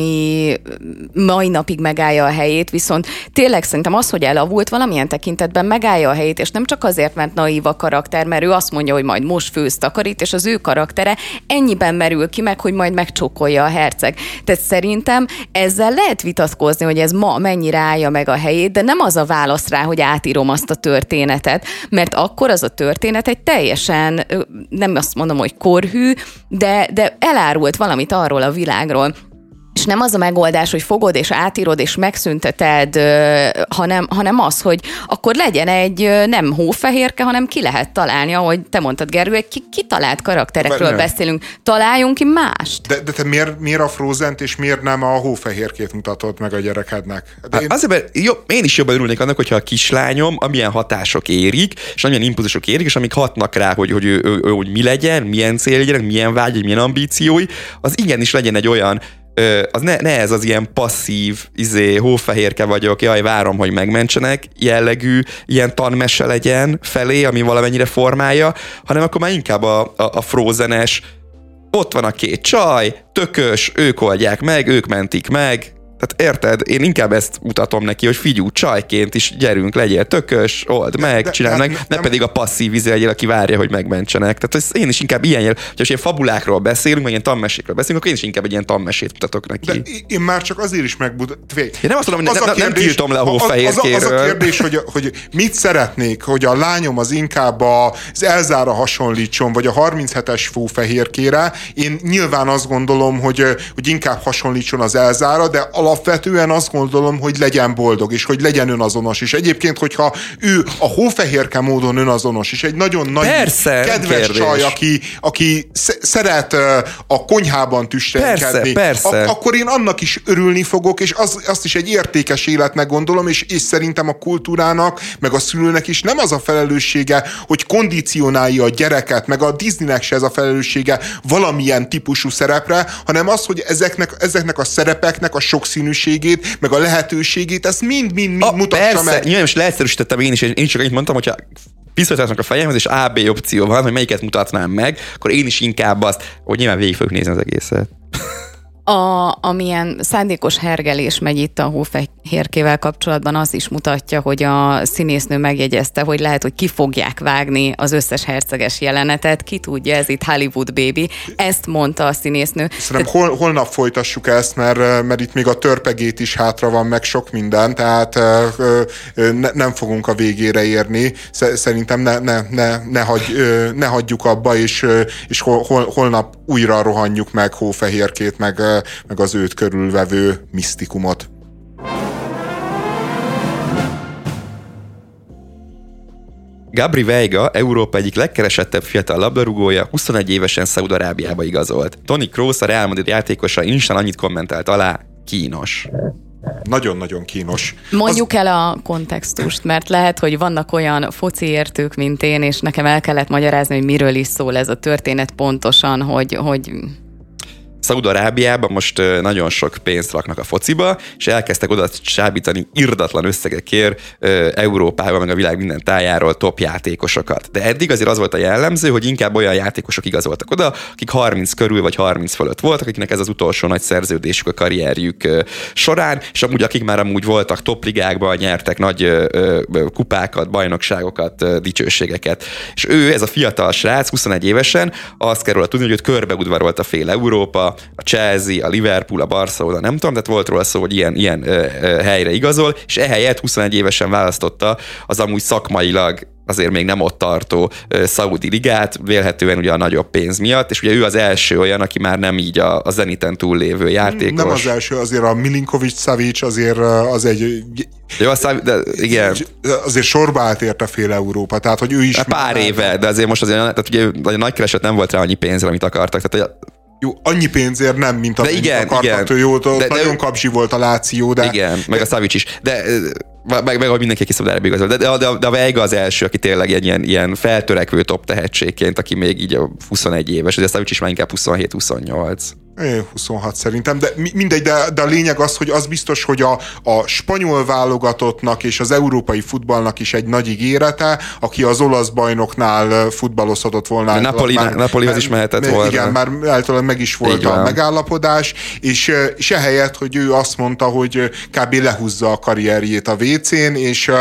mai napig megállja a helyét, viszont tényleg szerintem az, hogy elavult, valamilyen tekintetben megállja a helyét, és nem csak azért, mert naív a karakter, mert ő azt mondja, hogy majd most főz, takarít, és az ő karaktere ennyiben merül ki meg, hogy majd megcsókolja a herceg. Tehát szerintem ezzel lehet vitatkozni, hogy ez ma mennyire állja meg a helyét, de nem az a válasz rá, hogy átírom azt a történetet, mert akkor az a történet egy teljesen, nem azt mondom, hogy korhű, de elárult valamit arról a világról. És nem az a megoldás, hogy fogod és átírod és megszünteted, hanem az, hogy akkor legyen egy nem hófehérke, hanem ki lehet találni, ahogy te mondtad, Gergő, egy kitalált karakterekről beszélünk. Találjunk ki mást. De te miért a Frozent és miért nem a hófehérkét mutatod meg a gyerekednek? Azért, én is jobban örülnék annak, hogyha a kislányom amilyen hatások érik, és amilyen impulzusok érik, és amik hatnak rá, hogy mi legyen, milyen cél legyen, milyen vágy, milyen ambíciói, az igenis legyen egy olyan az ne ez az ilyen passzív, hófehérke vagyok, jaj, várom, hogy megmentsenek jellegű, ilyen tanmese legyen felé, ami valamennyire formálja, hanem akkor már inkább a Frozenes, ott van a két csaj, tökös, ők oldják meg, ők mentik meg. Tehát érted? Én inkább ezt mutatom neki, hogy figyú, csajként is gyerünk, legyél tökös, old meg, csináld meg, ne pedig a passzív legyél, aki várja, hogy megmentsenek. Tehát én is inkább ilyen ilyen fabulákról beszélünk, vagy ilyen tanmesékről beszélünk, akkor én is inkább egy ilyen tanmesét mutatok neki. De én már csak azért is Én nem azt mondom, hogy nem tiltom le a hófehérkéről. Az a kérdés, hogy mit szeretnék, hogy a lányom az inkább az Elzára hasonlítson, vagy a 37-es hófehérkére. Én nyilván azt gondolom, hogy inkább hasonlítson az Elzára, de alapvetően azt gondolom, hogy legyen boldog, és hogy legyen önazonos is. Egyébként, hogyha ő a hófehérke módon önazonos, és egy nagyon nagy, kedves csaj, aki szeret a konyhában tüsténkedni, akkor én annak is örülni fogok, és azt is egy értékes életnek gondolom, és szerintem a kultúrának, meg a szülőnek is nem az a felelőssége, hogy kondicionálja a gyereket, meg a Disneynek se ez a felelőssége valamilyen típusú szerepre, hanem az, hogy ezeknek a szerepeknek a sokszínűségét, meg a lehetőségét, ezt mind mutassa meg. Nyilván most leegyszerűsítettem én csak annyit mondtam, hogyha visszatásnak a fejemhez, és A, B opció van, hogy melyiket mutatnám meg, akkor én is inkább azt, hogy nyilván végig fogjuk nézni az egészet. Amilyen szándékos hergelés megy itt a hófehérkével kapcsolatban, az is mutatja, hogy a színésznő megjegyezte, hogy lehet, hogy ki fogják vágni az összes herceges jelenetet. Ki tudja, ez itt Hollywood baby. Ezt mondta a színésznő. Szerintem holnap folytassuk ezt, mert itt még a törpegét is hátra van, meg sok minden, tehát nem fogunk a végére érni. Szerintem ne hagyjuk abba, és holnap újra rohanjuk meg hófehérkét, meg az őt körülvevő misztikumot. Gabri Veiga, Európa egyik legkeresettebb fiatal labdarúgója, 21 évesen Szaúd-Arábiába igazolt. Toni Kroos, a Real Madrid játékosa Instán annyit kommentált alá, kínos. Nagyon-nagyon kínos. Mondjuk el a kontextust, mert lehet, hogy vannak olyan foci értők, mint én, és nekem el kellett magyarázni, hogy miről is szól ez a történet pontosan, hogy... Szaúd-Arábiában most nagyon sok pénzt raknak a fociba, és elkezdtek oda csábítani irdatlan összegekért Európában, meg a világ minden tájáról top játékosokat. De eddig azért az volt a jellemző, hogy inkább olyan játékosok igazoltak oda, akik 30 körül vagy 30 fölött voltak, akiknek ez az utolsó nagy szerződésük a karrierjük során, és akik már voltak topligákban, nyertek nagy kupákat, bajnokságokat, dicsőségeket. És ő, ez a fiatal srác, 21 évesen, azt kell róla tudni, hogy őt körbeudvarolta fél Európa, a Chelsea, a Liverpool, a Barcelona, nem tudom, tehát volt róla szó, hogy ilyen helyre igazol, és ehelyett 21 évesen választotta az amúgy szakmailag azért még nem ott tartó szaudi ligát, vélhetően ugye a nagyobb pénz miatt, és ugye ő az első olyan, aki már nem így a Zeniten túllévő játékos. Nem az első, azért a Milinkovic-Savic azért az egy... Jó, de igen. Azért sorba állt érte fél Európa, tehát hogy ő is... Pár éve, de azért most azért, tehát ugye a nagy kereset nem volt rá annyi pénzre, amit akartak. Tehát, jó, annyi pénzért nem, mint amit akartak. Igen. Jó, nagyon kapzsi volt a Láció, de... Igen, meg a Savic is. De meg hogy mindenki kiszabad erre igazol. De a Veiga az első, aki tényleg ilyen feltörekvő top tehetségként, aki még így 21 éves, de a Savic is már inkább 27-28. 26 szerintem, de mindegy, de a lényeg az, hogy az biztos, hogy a spanyol válogatottnak és az európai futballnak is egy nagy ígérete, aki az olasz bajnoknál futballozhatott volna. Napolihoz is mehetett volna. Igen, már általában meg is volt a megállapodás, és ehelyett, hogy ő azt mondta, hogy kb. Lehúzza a karrierjét a WC-n,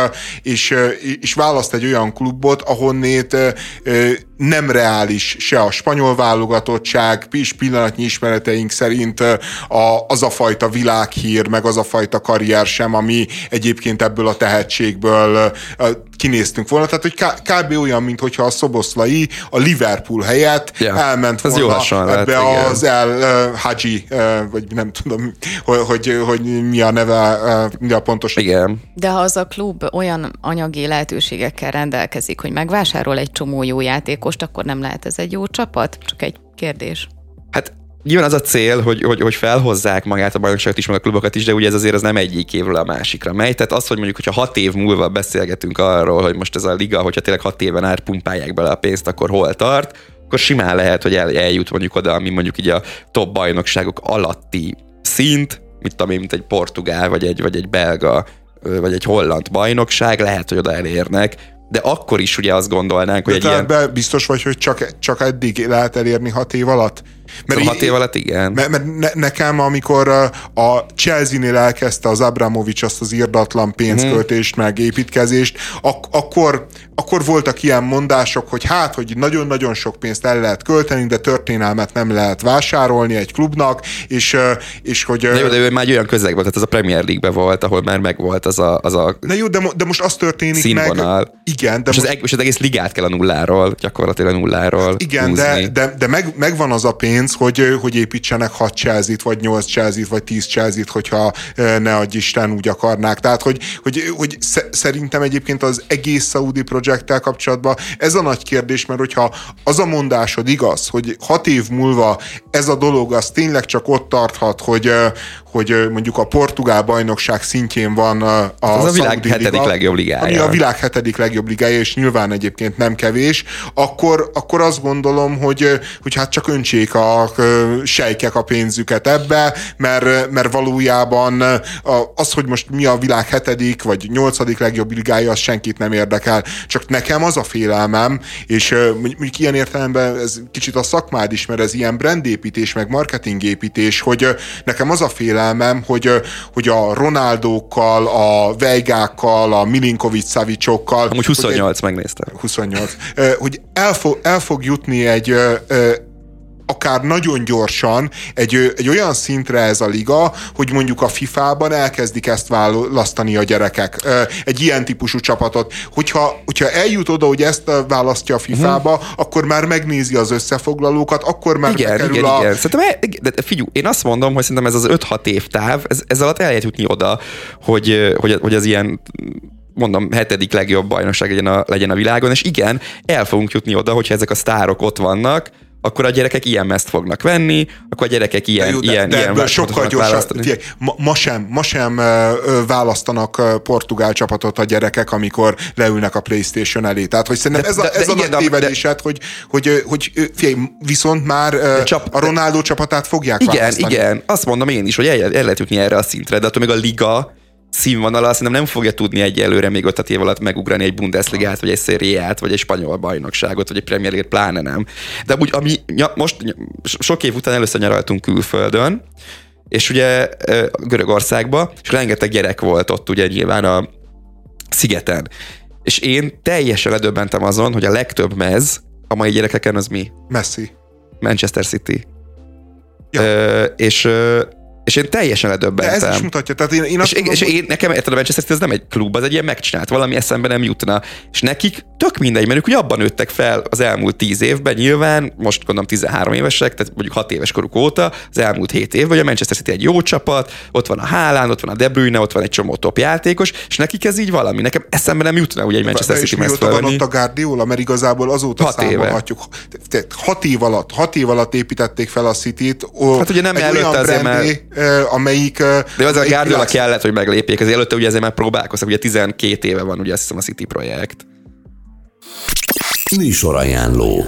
és választ egy olyan klubot, ahonnét nem reális se a spanyol válogatottság, és pillanatnyi ismereteink szerint az a fajta világhír, meg az a fajta karrier sem, ami egyébként ebből a tehetségből kinéztünk volna. Tehát, hogy kb. Olyan, mintha a Szoboszlai a Liverpool helyett elment volna ebbe az El Hadji, vagy nem tudom, hogy mi a neve, mi a pontos. Igen. De ha az a klub olyan anyagi lehetőségekkel rendelkezik, hogy megvásárol egy csomó jó játékost, akkor nem lehet ez egy jó csapat? Csak egy kérdés. Hát nyilván az a cél, hogy felhozzák magát a bajnokságot is, meg a klubokat is, de ugye ez azért az nem egyik évről a másikra megy. Tehát az, hogy mondjuk, hogyha 6 év múlva beszélgetünk arról, hogy most ez a liga, hogyha tényleg 6 éven át pumpálják bele a pénzt, akkor hol tart, akkor simán lehet, hogy eljut mondjuk oda, ami mondjuk így a top bajnokságok alatti szint, mint egy portugál, vagy egy belga, vagy egy holland bajnokság, lehet, hogy oda elérnek, de akkor is ugye azt gondolnánk, hogy egy ilyen... Biztos vagy, hogy csak eddig lehet elérni 6 év alatt? Mert 6 év alatt igen. Mert nekem, amikor a Chelsea-nél elkezdte az Abramovics azt az irdatlan pénzköltést, meg építkezést, akkor voltak ilyen mondások, hogy hogy nagyon-nagyon sok pénzt el lehet költeni, de történelmet nem lehet vásárolni egy klubnak, és hogy... Na jó, de ő már olyan közegben, tehát ez a Premier League-ben volt, ahol már megvolt az a Na jó, de most az történik színvonal. Meg... Igen, de és az egész ligát kell a nulláról, gyakorlatilag a nulláról igen, húzni. de megvan az a pénz, hogy építsenek 6 Chelsea-t, vagy 8 Chelsea-t, vagy 10 Chelsea-t, hogyha ne adj Isten úgy akarnák. Tehát, hogy szerintem egyébként az egész szaudi projekttel kapcsolatban ez a nagy kérdés, mert hogyha az a mondásod igaz, hogy 6 év múlva ez a dolog az tényleg csak ott tarthat, hogy mondjuk a portugál bajnokság szintjén van a világ 7. legjobb ligája. Ami a világ 7. legjobb ligája, és nyilván egyébként nem kevés, akkor azt gondolom, hogy hát csak öntsék a sejkek a pénzüket ebbe, mert valójában az, hogy most mi a világ 7. vagy 8. legjobb ligája, az senkit nem érdekel. Csak nekem az a félelmem, és mondjuk ilyen értelemben ez kicsit a szakmád is, mert ez ilyen brandépítés, meg marketingépítés, hogy nekem az a félelmem, hogy a Ronaldókkal, a Veigákkal, a Milinkovic-Savicsokkal... Amúgy 28 megnéztem. 28. Hogy el fog jutni egy akár nagyon gyorsan egy olyan szintre ez a liga, hogy mondjuk a FIFA-ban elkezdik ezt választani a gyerekek. Egy ilyen típusú csapatot. Hogyha eljut oda, hogy ezt választja a FIFA-ba, akkor már megnézi az összefoglalókat, akkor már bekerül igen. Szerintem, de figyelj, én azt mondom, hogy szerintem ez az 5-6 év táv, ez alatt el lehet jutni oda, hogy az ilyen mondom, 7. legjobb bajnokság legyen a világon, és igen, el fogunk jutni oda, hogyha ezek a sztárok ott vannak, akkor a gyerekek ilyen meszt fognak venni, akkor a gyerekek ilyen sokkal gyorsabb. Ma sem választanak portugál csapatot a gyerekek, amikor leülnek a PlayStation elé. Tehát, hogy szerintem ez a nagy tévedésed, hogy viszont már a Ronaldo csapatát fogják választani. Igen, azt mondom én is, hogy el lehet jutni erre a szintre, de attól még a liga színvonala szerintem nem fogja tudni egyelőre még 5 év alatt megugrani egy Bundesligát, vagy egy Serie A-t, vagy egy spanyol bajnokságot, vagy egy Premier League, pláne nem. De úgy, most sok év után először nyaraltunk külföldön, és ugye Görögországba, és rengeteg gyerek volt ott ugye nyilván a szigeten. És én teljesen ledöbbentem azon, hogy a legtöbb mez a mai gyerekeken az mi? Messi. Manchester City. Ja. És én teljesen ledöbbentem. De ez is mutatja. Tehát nekem érted, a Manchester City ez nem egy klub, az egy ilyen megcsinált, valami eszembe nem jutna. És nekik tök mindegy, mert ők ugye abban nőttek fel az elmúlt 10 évben, nyilván, most gondolom 13 évesek, tehát mondjuk 6 éves koruk óta, az elmúlt 7 évben, hogy a Manchester City egy jó csapat, ott van a Haaland, ott van a De Bruyne, ott van egy csomó top játékos, és nekik ez így valami. Nekem eszembe nem jutna ugye egy Manchester City meszt felvenni. És mióta van ott a Guardiola, mert igazából azóta számolhatjuk. 6 év alatt építették fel a Cityt. Hát ugye nem előtte azért már... amelyik... De az a Guardiola kellett, hogy meglépjék. Azért előtte ugye ezért már próbálkoztak. Ugye 12 éve van ugye azt hiszem a City projekt. Műsorajánló.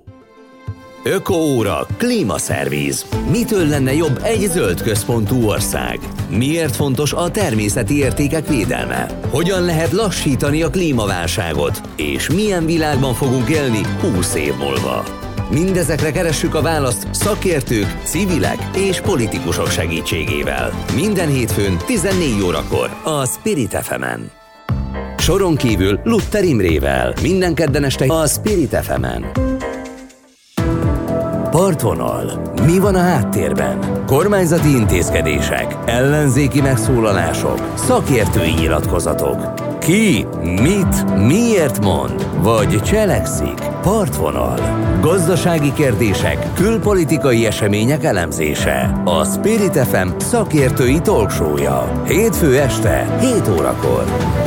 Ökoóra, klímaszerviz. Mitől lenne jobb egy zöld központú ország? Miért fontos a természeti értékek védelme? Hogyan lehet lassítani a klímaválságot? És milyen világban fogunk élni 20 év múlva? Mindezekre keressük a választ szakértők, civilek és politikusok segítségével. Minden hétfőn 14 órakor a Spirit FM-en. Soron kívül Luther Imrével. Minden kedden este a Spirit FM-en. Partvonal. Mi van a háttérben? Kormányzati intézkedések, ellenzéki megszólalások, szakértői nyilatkozatok. Ki, mit, miért mond, vagy cselekszik? Partvonal. Gazdasági kérdések, külpolitikai események elemzése. A Spirit FM szakértői talkshow-ja. Hétfő este, 7 órakor.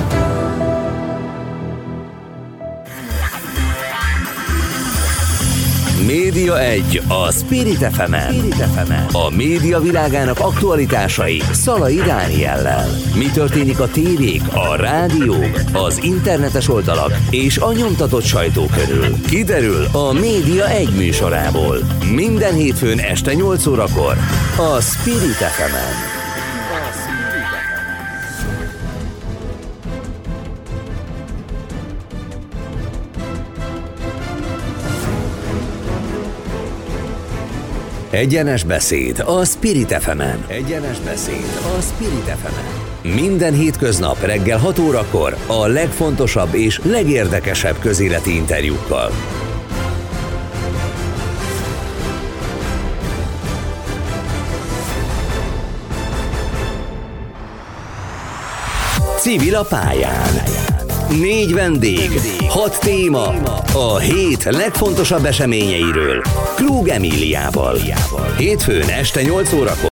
Média 1 a Spirit FM-en. A média világának aktualitásai Szalai Dániellel. Mi történik a tévék, a rádiók, az internetes oldalak és a nyomtatott sajtó körül. Kiderül a Média 1 műsorából. Minden hétfőn este 8 órakor a Spirit FM-en. Egyenes beszéd a Spirit FM-en. Minden hétköznap reggel 6 órakor a legfontosabb és legérdekesebb közéleti interjúkkal. Civil a pályán. 4 vendég, 6 téma, a hét legfontosabb eseményeiről. Krug Emíliával. Hétfőn este 8 órakor.